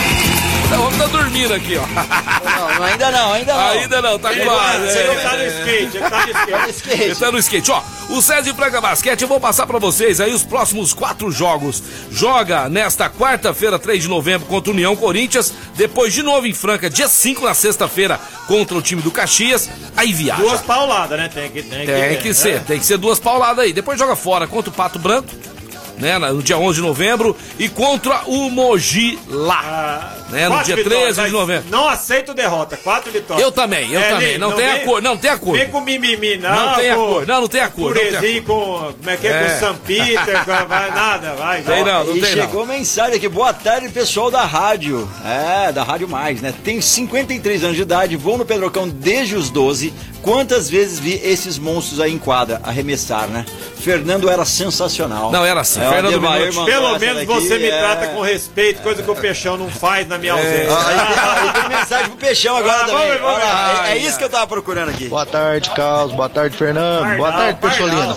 O homem tá dormindo aqui, ó. Não, ainda não. Ainda não, tá quase. Ele tá no skate, Ele tá no skate, ó. O César Franca Basquete, eu vou passar pra vocês aí os próximos 4 jogos. Joga nesta quarta-feira, 3 de novembro, contra o União Corinthians. Depois de novo em Franca, dia 5 na sexta-feira, contra o time do Caxias. Aí viaja. 2 pauladas, né? Tem que ser 2 pauladas aí. Depois joga fora contra o Pato Branco, né, no dia 11 de novembro, e contra o Mogi lá, né, no dia 13 de novembro. Não aceito derrota, 4 vitórias. Eu também. Não tem acordo, não tem acordo. Vem com mimimi, não. Não tem acordo, não tem acordo. Purezinho com, como é que é, com São Peter, vai nada, vai. Não tem chegou mensagem aqui, boa tarde pessoal da rádio, da Rádio Mais, né, tenho 53 anos de idade, vou no Pedrocão desde os 12, quantas vezes vi esses monstros aí em quadra arremessar, né? Fernando era sensacional. Não, era assim. Fernando pelo menos você me trata com respeito, coisa que o Peixão não faz na minha ausência. E tem mensagem pro Peixão agora também. É isso que eu tava procurando aqui. Boa tarde, Carlos. Boa tarde, Fernando. Boa tarde, Peixolino.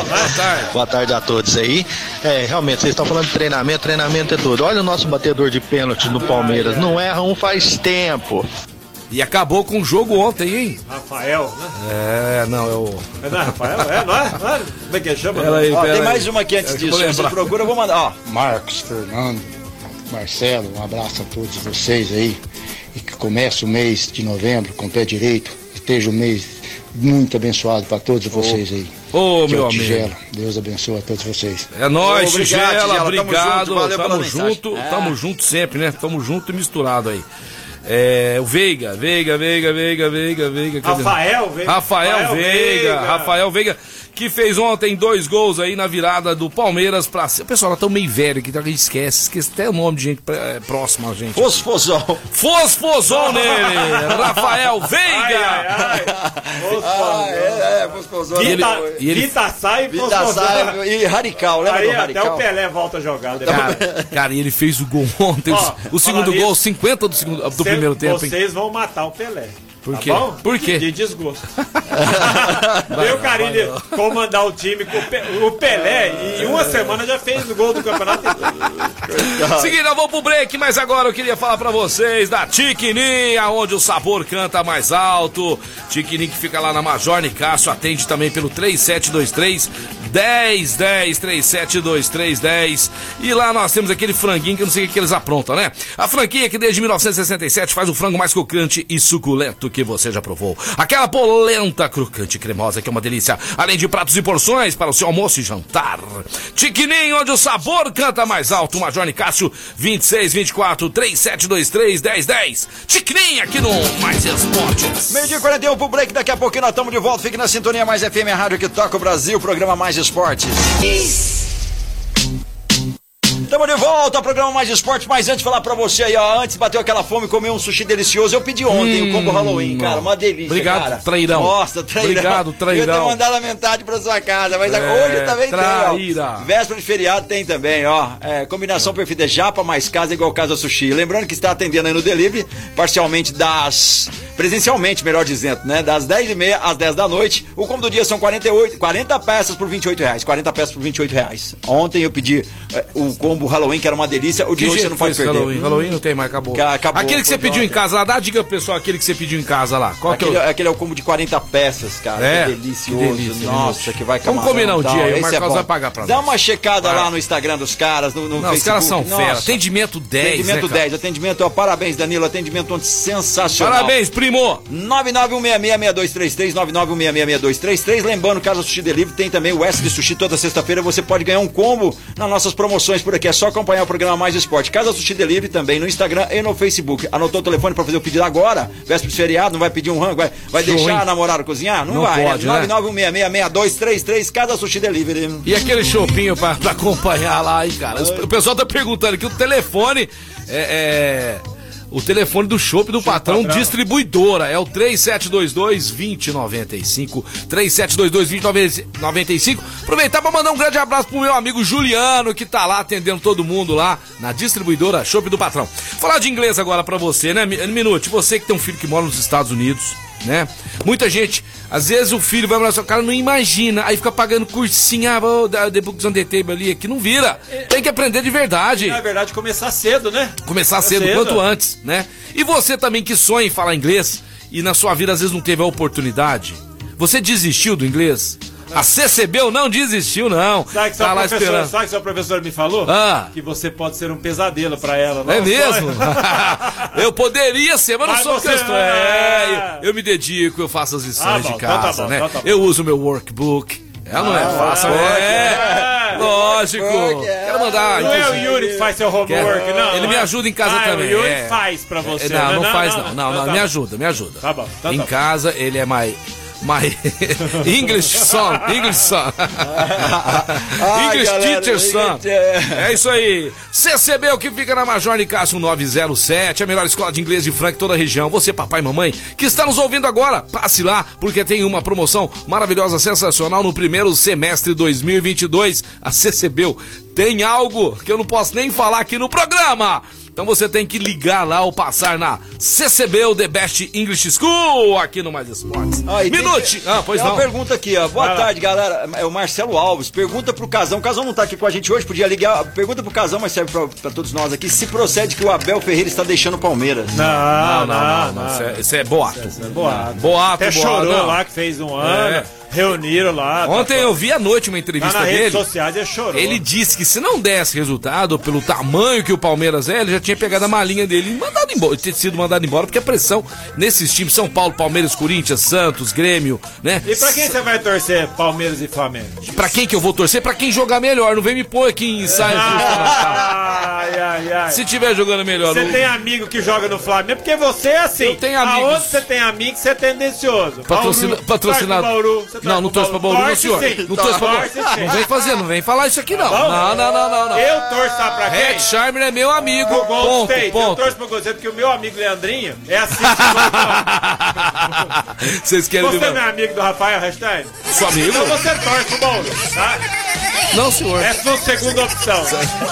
Boa tarde a todos aí. Realmente, vocês estão falando de treinamento. Treinamento é tudo. Olha o nosso batedor de pênalti no Palmeiras. Não erra um faz tempo. E acabou com o jogo ontem, hein? Rafael, né? Não, é o... Não é Rafael? Não é? Como é que chama? Tem mais uma aqui antes disso. Você procura, eu vou mandar. Marcos, Fernando, Marcelo, um abraço a todos vocês aí. E que comece o mês de novembro com o pé direito. Esteja um mês muito abençoado para todos vocês aí. Meu amigo. Tigela, Deus abençoe a todos vocês. É nóis, Tigela, obrigado. Tamo junto, tamo junto sempre, né? Tamo junto e misturado aí. O Veiga. Rafael Veiga, que fez ontem 2 gols aí na virada do Palmeiras pra cima. Pessoal, nós estamos meio velho aqui, então a gente esquece até o nome de gente próxima a gente. Fosfosol nele, Rafael Veiga. Fosfosol. Vitaçai e Radical, lembra do Radical? Até o Pelé volta a jogar. Cara, e ele fez o gol ontem, o segundo gol, 50 do primeiro tempo. Vocês vão matar o Pelé. Por quê? Tá bom? Por quê? De desgosto. Meu carinho de comandar o time com o Pelé e em uma semana já fez o gol do campeonato. Seguindo, eu vou pro break, mas agora eu queria falar pra vocês da Tiquini, aonde o sabor canta mais alto. Tiquini que fica lá na Major Nicásio, atende também pelo 3723 1010, 372310. E lá nós temos aquele franguinho que eu não sei o que eles aprontam, né? A franquia que desde 1967 faz o frango mais crocante e suculento que você já provou. Aquela polenta crocante e cremosa que é uma delícia. Além de pratos e porções para o seu almoço e jantar. Tiquininho, onde o sabor canta mais alto. Major Nicásio, 2624 3723 1010. Tiquininho aqui no Mais Esportes. 12h41 pro break. Daqui a pouquinho nós estamos de volta. Fique na sintonia Mais FM, a rádio que toca o Brasil. Programa Mais Esportes. Estamos de volta ao programa Mais Esportes, mas antes de falar pra você aí, ó, antes bateu aquela fome, comer um sushi delicioso, eu pedi ontem o combo Halloween, cara, uma delícia, obrigado, cara. Trairão. Nossa, trairão. Obrigado, trairão. Eu ia ter mandado a metade pra sua casa, mas hoje também tem, ó. Véspera de feriado tem também, ó. Combinação perfeita, japa mais casa igual Casa Sushi. Lembrando que está atendendo aí no delivery, parcialmente presencialmente, melhor dizendo, né, das 10h30 às 10 da noite. O combo do dia são 40 peças por R$28, 40 peças por R$28. Ontem eu pedi o combo Halloween, que era uma delícia. O de hoje você não pode perder. Halloween não tem mais, acabou. Aquele que você pediu em casa lá, dá a dica pro pessoal, aquele que você pediu em casa lá. Qual aquele é o combo de 40 peças, cara. Que delicioso. Que delícia, nossa, que vai camarão. Vamos combinar um dia aí, o Marcos vai pagar pra nós. Dá uma checada lá no Instagram dos caras, no Facebook. Os caras são fera. Atendimento 10, Atendimento 10, atendimento, ó, parabéns, Danilo, atendimento sensacional. Parabéns, primo. 991666233, 991666233. Lembrando, Casa Sushi Delivery tem também o S de Sushi toda sexta-feira. Você pode ganhar um combo nas nossas promoções por aqui. é só acompanhar o programa Mais Esporte. Casa Sushi Delivery também no Instagram e no Facebook. Anotou o telefone pra fazer o pedido agora? Véspera de feriado, não vai pedir um rango? Vai deixar a namorada cozinhar? Não vai. Pode, né? 991666233, Casa Sushi Delivery. E aquele shoppinho pra acompanhar lá, hein, cara? O pessoal tá perguntando aqui, o telefone o telefone do Chopp do Patrão Distribuidora é o 3722-2095. 3722-2095. Aproveitar para mandar um grande abraço pro meu amigo Juliano, que tá lá atendendo todo mundo lá na Distribuidora Chopp do Patrão. Falar de inglês agora pra você, né, Minute? Você que tem um filho que mora nos Estados Unidos, né? Muita gente, às vezes o filho vai morar seu cara, não imagina, aí fica pagando cursinho, The Books on the Table ali, aqui não vira. Tem que aprender de verdade. Na verdade, começar cedo, né? Começar cedo, quanto antes, né? E você também que sonha em falar inglês e na sua vida às vezes não teve a oportunidade, você desistiu do inglês? A CCBEL não desistiu, não. Sabe que tá lá esperando. Sabe que seu professor me falou? Que você pode ser um pesadelo pra ela. Não é mesmo? Eu poderia ser, mas não sou o que eu estou. Eu me dedico, eu faço as lições de casa, né? Eu uso meu workbook. Não é fácil, lógico. Quero mandar. Não é o Yuri que faz seu homework, não. Ele me ajuda em casa também. O Yuri faz pra você. Não faz não. Me ajuda. Tá bom. Em casa ele é mais English son. English teacher son. É isso aí. CCBEL, que fica na Major Nicásio 907, a melhor escola de inglês de Franca, toda a região. Você, papai e mamãe, que está nos ouvindo agora, passe lá, porque tem uma promoção maravilhosa, sensacional no primeiro semestre 2022. A CCBEL tem algo que eu não posso nem falar aqui no programa. Então você tem que ligar lá ou passar na CCBEL The Best English School aqui no Mais Esportes. Minute! Pois não. Uma pergunta aqui, ó. Boa tarde, galera. É o Marcelo Alves. Pergunta pro Casão. O Casão não tá aqui com a gente hoje, podia ligar. Pergunta pro Casão, mas serve pra todos nós aqui. Se procede que o Abel Ferreira está deixando o Palmeiras. Não. Isso é boato. Boato. Até chorou lá que fez um ano. Reuniram lá. Ontem eu vi à noite uma entrevista dele. Nas redes sociais ele chorou. Ele disse que se não desse resultado, pelo tamanho que o Palmeiras ele já tinha pegado a malinha dele e mandado embora, ter sido mandado embora, porque a pressão nesses times, São Paulo, Palmeiras, Corinthians, Santos, Grêmio, né? E pra quem você vai torcer, Palmeiras e Flamengo? Pra quem que eu vou torcer? Pra quem jogar melhor, não vem me pôr aqui em ensaio. Se tiver jogando melhor. Você tem amigo que joga no Flamengo, porque você é assim. Eu tenho amigos. Aonde você tem amigo, você é tendencioso. Patrocinado. Não torço pra Bauru, não, senhor. Não torço pra Bauru. Não vem falar isso aqui, não. Não. Eu torço pra quem? Red Charmer é meu amigo. Ponto. Eu torço pra você, porque o meu amigo Leandrinho é assim. Vocês querem Você não é amigo do Rafael Hashtag? Sou amigo? Então você torce pro Bauru, tá? Não, senhor. É sua segunda opção.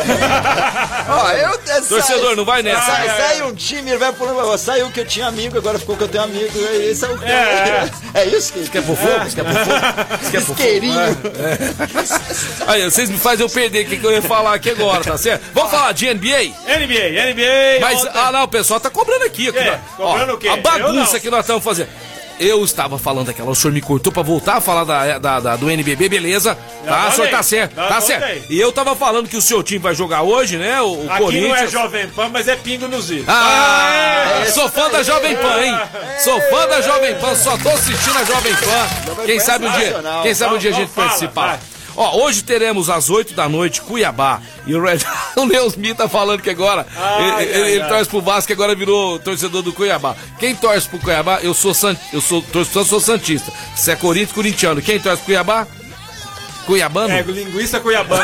Torcedor, não vai nessa. Sai um time, vai pro. Saiu que eu tinha amigo, agora ficou que eu tenho amigo. Esse é o é isso que. Você quer fofoco? Isqueirinho. Aí, vocês me fazem eu perder o que eu ia falar aqui agora, tá certo? Vamos falar de NBA? NBA. Mas, não, o pessoal tá cobrando aqui. Cobrando o quê? A bagunça que nós estamos fazendo. Eu estava falando aquela, o senhor me cortou pra voltar a falar do NBB, beleza? Tá, o senhor tá certo, tá certo. E eu tava falando que o seu time vai jogar hoje, né? O aqui Corinthians. Não é Jovem Pan, mas é pingo nos vídeos. Sou fã da Jovem Pan, hein? Sou fã da Jovem Pan, só tô assistindo a Jovem Pan. Quem sabe um dia a gente participar. Ó, hoje teremos às 8 da noite Cuiabá. E o Neusmi tá falando que agora ele torce pro Vasco, que agora virou torcedor do Cuiabá. Quem torce pro Cuiabá, eu sou santista. Se é Corinthians, corintiano. Quem torce pro Cuiabá? Cuiabano? Linguiça cuiabana.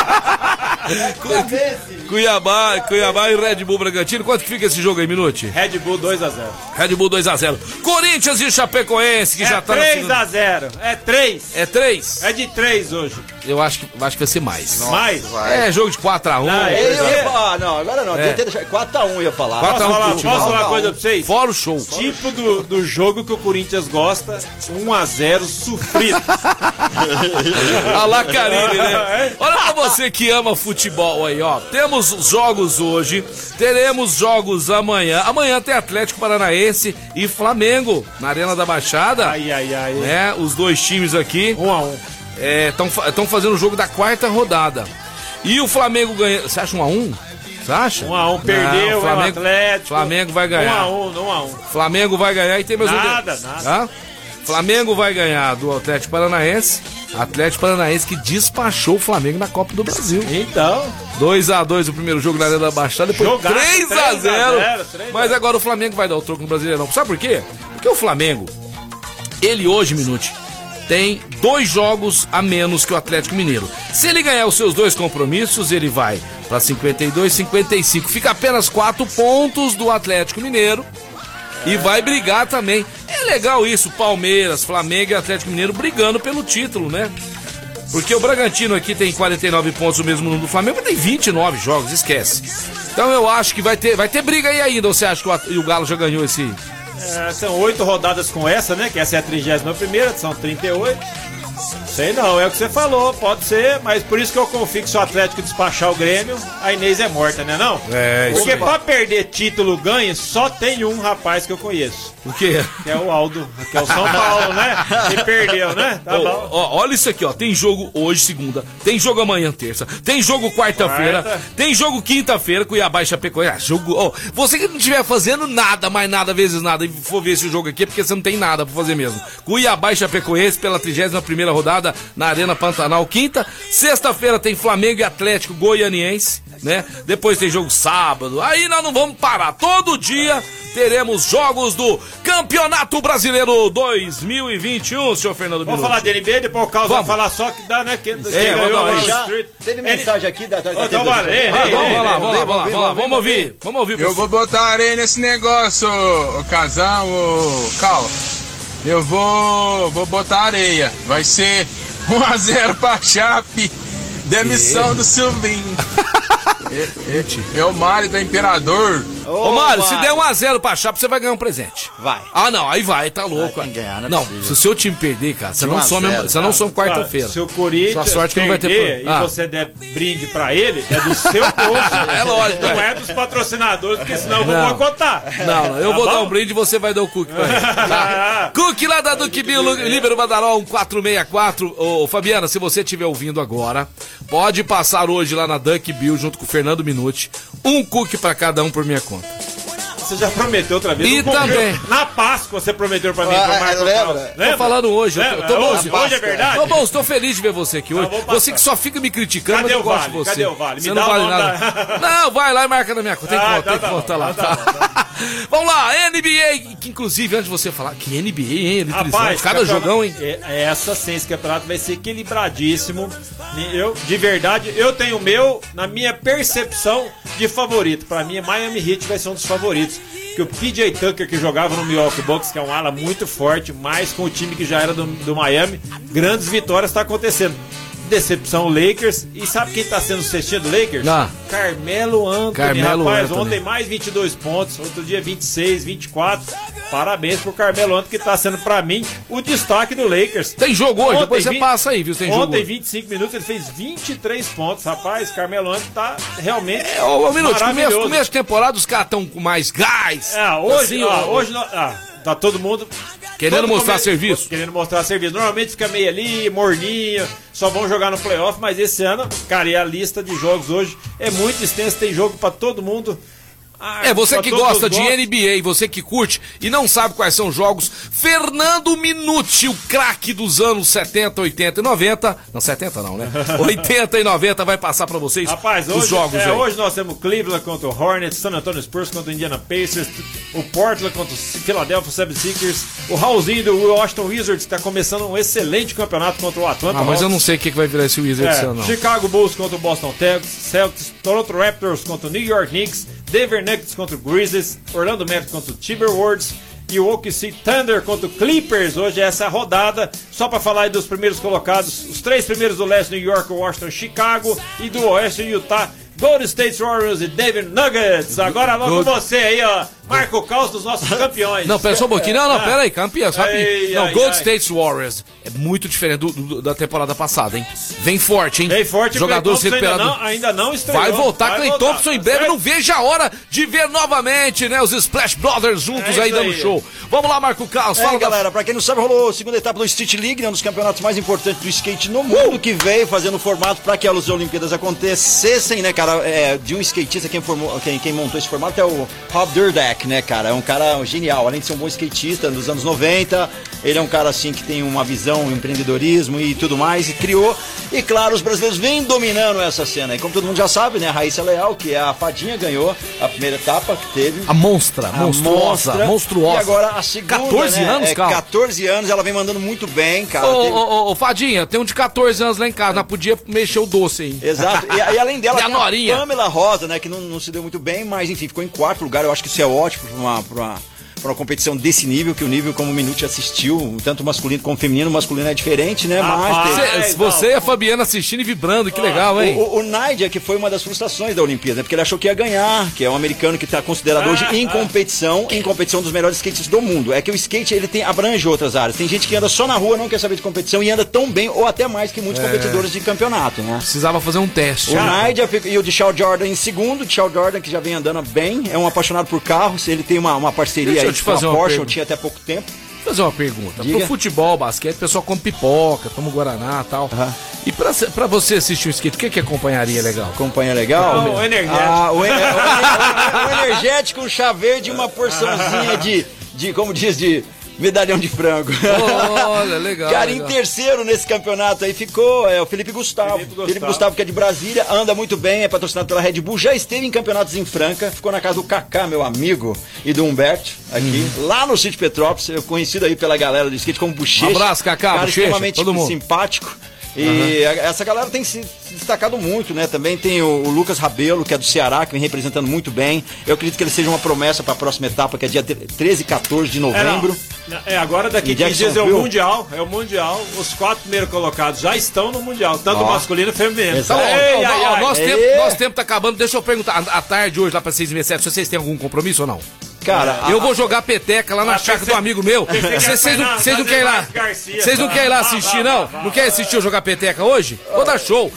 Cuiabá e Red Bull Bragantino. Quanto que fica esse jogo aí, Minute? Red Bull 2-0. Red Bull 2-0. Corinthians e Chapecoense, que já tá no 3-0. É 3. É 3? É de 3 hoje. Eu acho que vai ser mais. Nossa, mais? É jogo de 4-1. Não, agora não. 4-1 eu ia falar. Posso falar uma coisa pra vocês? Fora o show. Tipo do jogo que o Corinthians gosta, 1-0 sofrido. A la Carine, né? Olha pra você que ama futebol aí, ó. Temos jogos hoje, teremos jogos amanhã. Amanhã tem Atlético Paranaense e Flamengo na Arena da Baixada. Ai. Né? Os dois times aqui 1-1. Estão fazendo o jogo da quarta rodada. E o Flamengo ganha. Você acha 1-1? Você acha? 1-1, perdeu, o Atlético. Flamengo vai ganhar. 1-1. Flamengo vai ganhar e tem mais nada. Flamengo vai ganhar do Atlético Paranaense. Atlético Paranaense que despachou o Flamengo na Copa do Brasil. Então. 2x2 o primeiro jogo na Arena da Baixada, depois 3x0. Mas agora o Flamengo vai dar o troco no Brasileirão. Sabe por quê? Porque o Flamengo, ele hoje, Minuti, tem 2 jogos a menos que o Atlético Mineiro. Se ele ganhar os seus 2 compromissos, ele vai para 52, 55. Fica apenas 4 pontos do Atlético Mineiro. E vai brigar também. É legal isso, Palmeiras, Flamengo e Atlético Mineiro brigando pelo título, né? Porque o Bragantino aqui tem 49 pontos, o mesmo número do Flamengo, mas tem 29 jogos, esquece. Então eu acho que vai ter briga aí ainda, ou você acha que o Galo já ganhou esse... São 8 rodadas com essa, né? Que essa é a 31ª, são 38. Sei não, é o que você falou, pode ser, mas por isso que eu confio que se o Atlético despachar o Grêmio, a Inês é morta, né não? Porque pra perder título ganho, só tem um rapaz que eu conheço. O quê? Que é o Aldo, que é o São Paulo, né? Que perdeu, né? Tá bom. Olha isso aqui, ó, tem jogo hoje, segunda, tem jogo amanhã, terça, tem jogo quarta-feira, tem jogo quinta-feira, Cuiabá e Chapecoense, jogo... você que não estiver fazendo nada, mais nada, vezes nada, e for ver esse jogo aqui, é porque você não tem nada pra fazer mesmo. Cuiabá e Chapecoense pela 31ª rodada na Arena Pantanal, quinta. Sexta-feira tem Flamengo e Atlético Goianiense, né? Depois tem jogo sábado. Aí nós não vamos parar. Todo dia teremos jogos do Campeonato Brasileiro 2021, senhor Fernando Minuti. Vamos falar de NBA, depois o Carlos vai falar só que dá, né? Teve mensagem aqui da então vamos lá, vamos ouvir. Eu vou botar areia nesse negócio, o Casão, o Cal. Eu vou botar areia. Vai ser 1x0 pra Chape. Demissão do Silvinho. É o Mário da Imperador. Ô Mário, se der 1x0 pra Chape, você vai ganhar um presente. Vai. Ah, não, aí vai, tá louco. Não, se o seu time perder, cara, você não some quarta-feira. Se o Corinthians sua sorte que não vai ter e você der brinde pra ele, é do seu bolso. É lógico. Não é dos patrocinadores, porque senão eu vou boicotar. Não, eu vou dar um brinde e você vai dar o cookie pra ele. Tá? Cookie lá da Duque Bill, Líbero Badarol 1464. Ô, Fabiana, se você estiver ouvindo agora, pode passar hoje lá na Duck Bill junto com o Fernando Minuti. Um cookie pra cada um por minha conta. Você já prometeu outra vez. E também. Na Páscoa você prometeu pra mim. Lembra? Tô falando hoje. Hoje é verdade? Tô bom, estou feliz de ver você aqui hoje. Você que só fica me criticando, mas eu gosto de você. Cadê o vale? Você não vale nada. Não, vai lá e marca na minha conta. Tem que contar lá. Vamos lá, NBA, que inclusive, antes de você falar, que NBA, hein? Rapaz, cada jogão, hein? Essa sim, esse campeonato vai ser equilibradíssimo. De verdade, eu tenho o meu, na minha percepção, de favorito. Pra mim, Miami Heat vai ser um dos favoritos. Que o PJ Tucker, que jogava no Milwaukee Bucks, que é um ala muito forte, mas com o time que já era do Miami, grandes vitórias tá acontecendo. Decepção Lakers. E sabe quem tá sendo o cestinha do Lakers? Carmelo Anthony, rapaz. Ontem mais 22 pontos, outro dia 26, 24. Parabéns pro Carmelo Anthony, que tá sendo pra mim o destaque do Lakers. Tem jogo hoje, depois você passa aí, viu? Tem jogo ontem, 25 minutos, ele fez 23 pontos. Rapaz, Carmelo Anthony tá realmente começo de temporada, os caras estão com mais gás. Hoje tá todo mundo querendo mostrar serviço. Querendo mostrar serviço. Normalmente fica meio ali, morninho, só vão jogar no playoff, mas esse ano, cara, e a lista de jogos hoje é muito extensa, tem jogo pra todo mundo. Você que gosta de NBA, você que curte e não sabe quais são os jogos, Fernando Minuti, o craque dos anos 70, 80 e 90. Não, 70 não, né? 80 e 90 vai passar pra vocês. Rapaz, os jogos aí. Hoje nós temos Cleveland contra o Hornets, San Antonio Spurs contra o Indiana Pacers, o Portland contra o Philadelphia 76ers, o Raulzinho do Washington Wizards está começando um excelente campeonato contra o Atlanta. Mas eu não sei o que vai virar esse Wizards esse ano, não. Chicago Bulls contra o Boston Celtics, Toronto Raptors contra o New York Knicks, Denver Nuggets contra o Grizzlies, Orlando Magic contra o Timberwolves e o OKC Thunder contra o Clippers. Hoje é essa rodada, só para falar aí dos primeiros colocados, os 3 primeiros do leste, New York, Washington, Chicago, e do oeste, Utah, Golden State Warriors e Denver Nuggets. Agora vamos com você aí, ó. Marca o caos dos nossos campeões. Não, pera só um pouquinho. Não, pera aí, campeão. Golden State Warriors é muito diferente da temporada passada, hein? Vem forte, hein? Vem forte. Jogadores recuperados. Ainda não estreou. Vai voltar Clay Thompson em breve. Não veja a hora de ver novamente, né? Os Splash Brothers juntos aí dando show. Vamos lá, Marco Caos. Fala, galera. Pra quem não sabe, rolou a segunda etapa do Street League, né? Um dos campeonatos mais importantes do skate no mundo, que veio fazendo o formato pra que as Olimpíadas acontecessem, né, cara? De um skatista, quem montou esse formato é o Rob Dyrdek. Beck, né, cara? É um cara genial, além de ser um bom skatista dos anos 90, ele é um cara, assim, que tem uma visão, um empreendedorismo e tudo mais, e criou. E, claro, os brasileiros vêm dominando essa cena. E como todo mundo já sabe, né, a Raíssa Leal, que é a fadinha, ganhou a primeira etapa que teve. A monstruosa. E agora a segunda, 14 anos, cara? 14 anos, ela vem mandando muito bem, cara. Ô, Fadinha, tem um de 14 anos lá em casa, não podia mexer o doce aí. Exato, e além dela, tem a Pamela Rosa, né, que não se deu muito bem, mas enfim, ficou em 4º lugar. Eu acho que isso é ótimo pra uma competição desse nível, que o nível, como o Minuti assistiu, tanto masculino como feminino, o masculino é diferente, né? Mas você e a Fabiana assistindo e vibrando, que legal, hein? O Nádia, que foi uma das frustrações da Olimpíada, porque ele achou que ia ganhar, que é um americano que está considerado hoje em competição dos melhores skatistas do mundo. É que o skate, ele abrange outras áreas. Tem gente que anda só na rua, não quer saber de competição e anda tão bem, ou até mais que muitos competidores de campeonato, né? Precisava fazer um teste. O Nádia e o Tchau Jordan em segundo. Tchau Jordan, que já vem andando bem, é um apaixonado por carros, ele tem uma parceria aí com a Porsche, eu tinha até pouco tempo. Vou fazer uma pergunta. Diga. Pro futebol, basquete, o pessoal come pipoca, toma Guaraná e tal. E pra você assistir um skate, o que acompanharia legal? Acompanha legal? O energético. O energético, um chá verde e uma porçãozinha de como diz, de medalhão de frango. Olha, legal. Cara, legal. em terceiro nesse campeonato aí ficou o Felipe Gustavo. Felipe Gustavo, que é de Brasília, anda muito bem, é patrocinado pela Red Bull, já esteve em campeonatos em Franca, ficou na casa do Kaká, meu amigo, e do Humberto, aqui, lá no sítio Petrópolis, conhecido aí pela galera do skate como Bochecha. Um abraço, Kaká, cara Bochecha, extremamente todo mundo. simpático. E essa galera tem se destacado muito, né? Também tem o Lucas Rabelo, que é do Ceará, que vem representando muito bem. Eu acredito que ele seja uma promessa para a próxima etapa, que é dia 13 e 14 de novembro. Agora daqui 15 dias é o Mundial. Os 4 primeiros colocados já estão no Mundial, tanto masculino e feminino. Nosso tempo tá acabando. Deixa eu perguntar, à tarde hoje, lá para 6h27, vocês têm algum compromisso ou não? Cara, eu vou jogar peteca lá na chácara do amigo meu. Vocês não querem ir lá? Vocês não querem ir lá assistir, não? Não querem assistir eu jogar peteca hoje? Vou dar show.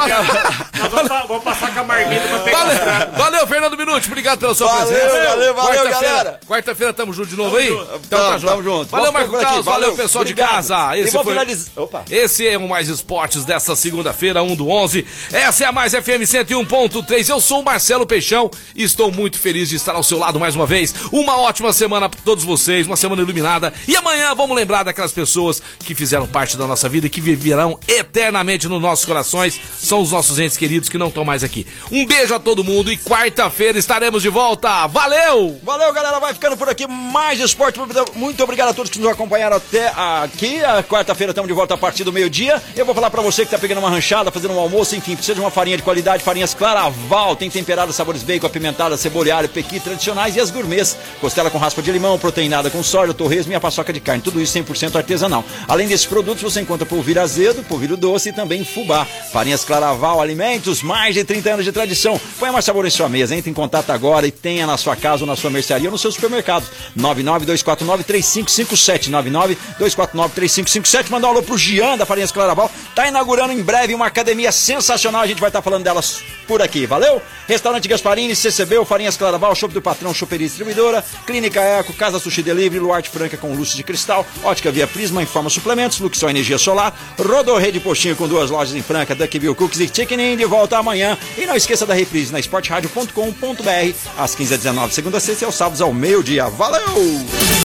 Vamos passar com a marmita pra pegar. Valeu, Fernando Minuti. Obrigado pela sua presença. Valeu, galera. Quarta-feira tamo junto de novo aí? Então tamo junto. Valeu, Marco Carlos. Valeu, pessoal de casa. Esse é o Mais Esportes dessa segunda-feira, 1/11. Essa é a Mais FM 101.3. Eu sou o Marcelo Peixão e estou muito feliz de estar ao seu lado mais uma vez. Uma ótima semana para todos vocês, uma semana iluminada. E amanhã vamos lembrar daquelas pessoas que fizeram parte da nossa vida e que viverão eternamente nos nossos corações. São os nossos entes queridos que não estão mais aqui. Um beijo a todo mundo e quarta-feira estaremos de volta. Valeu! Valeu, galera. Vai ficando por aqui mais esporte. Muito obrigado a todos que nos acompanharam até aqui. A quarta-feira estamos de volta a partir do meio-dia. Eu vou falar para você que tá pegando uma ranchada, fazendo um almoço, enfim, precisa de uma farinha de qualidade, farinhas Claraval. Tem temperada, sabores bacon, apimentada, cebola e alho, pequi tradicionais e as gourmets. Costela com raspa de limão, proteinada com soja, torresmo e a paçoca de carne. Tudo isso 100% artesanal. Além desses produtos, você encontra polvilho azedo, polvilho doce e também fubá. Farinhas Claraval Alimentos, mais de 30 anos de tradição. Põe mais sabor em sua mesa. Entre em contato agora e tenha na sua casa ou na sua mercearia ou no seu supermercado. 99249-3557. 99249-3557. Mandar um alô pro Gian da Farinhas Claraval. Tá inaugurando em breve uma academia sensacional. A gente vai estar falando delas por aqui. Valeu? Restaurante Gasparini, CCB, Farinhas Claraval, Chopp do Patrão, Choperia Distribuidora, Clínica Eco, Casa Sushi Delivery, Luarte Franca com luzes de cristal, Ótica Via Prisma, Informa Suplementos, Luxor Energia Solar, Rodorrede Postinho com 2 lojas em Franca, Duckville Cookies e Chicken Inn, de volta amanhã. E não esqueça da reprise na esportradio.com.br às 15h19, segunda a sexta e aos sábados ao meio-dia. Valeu!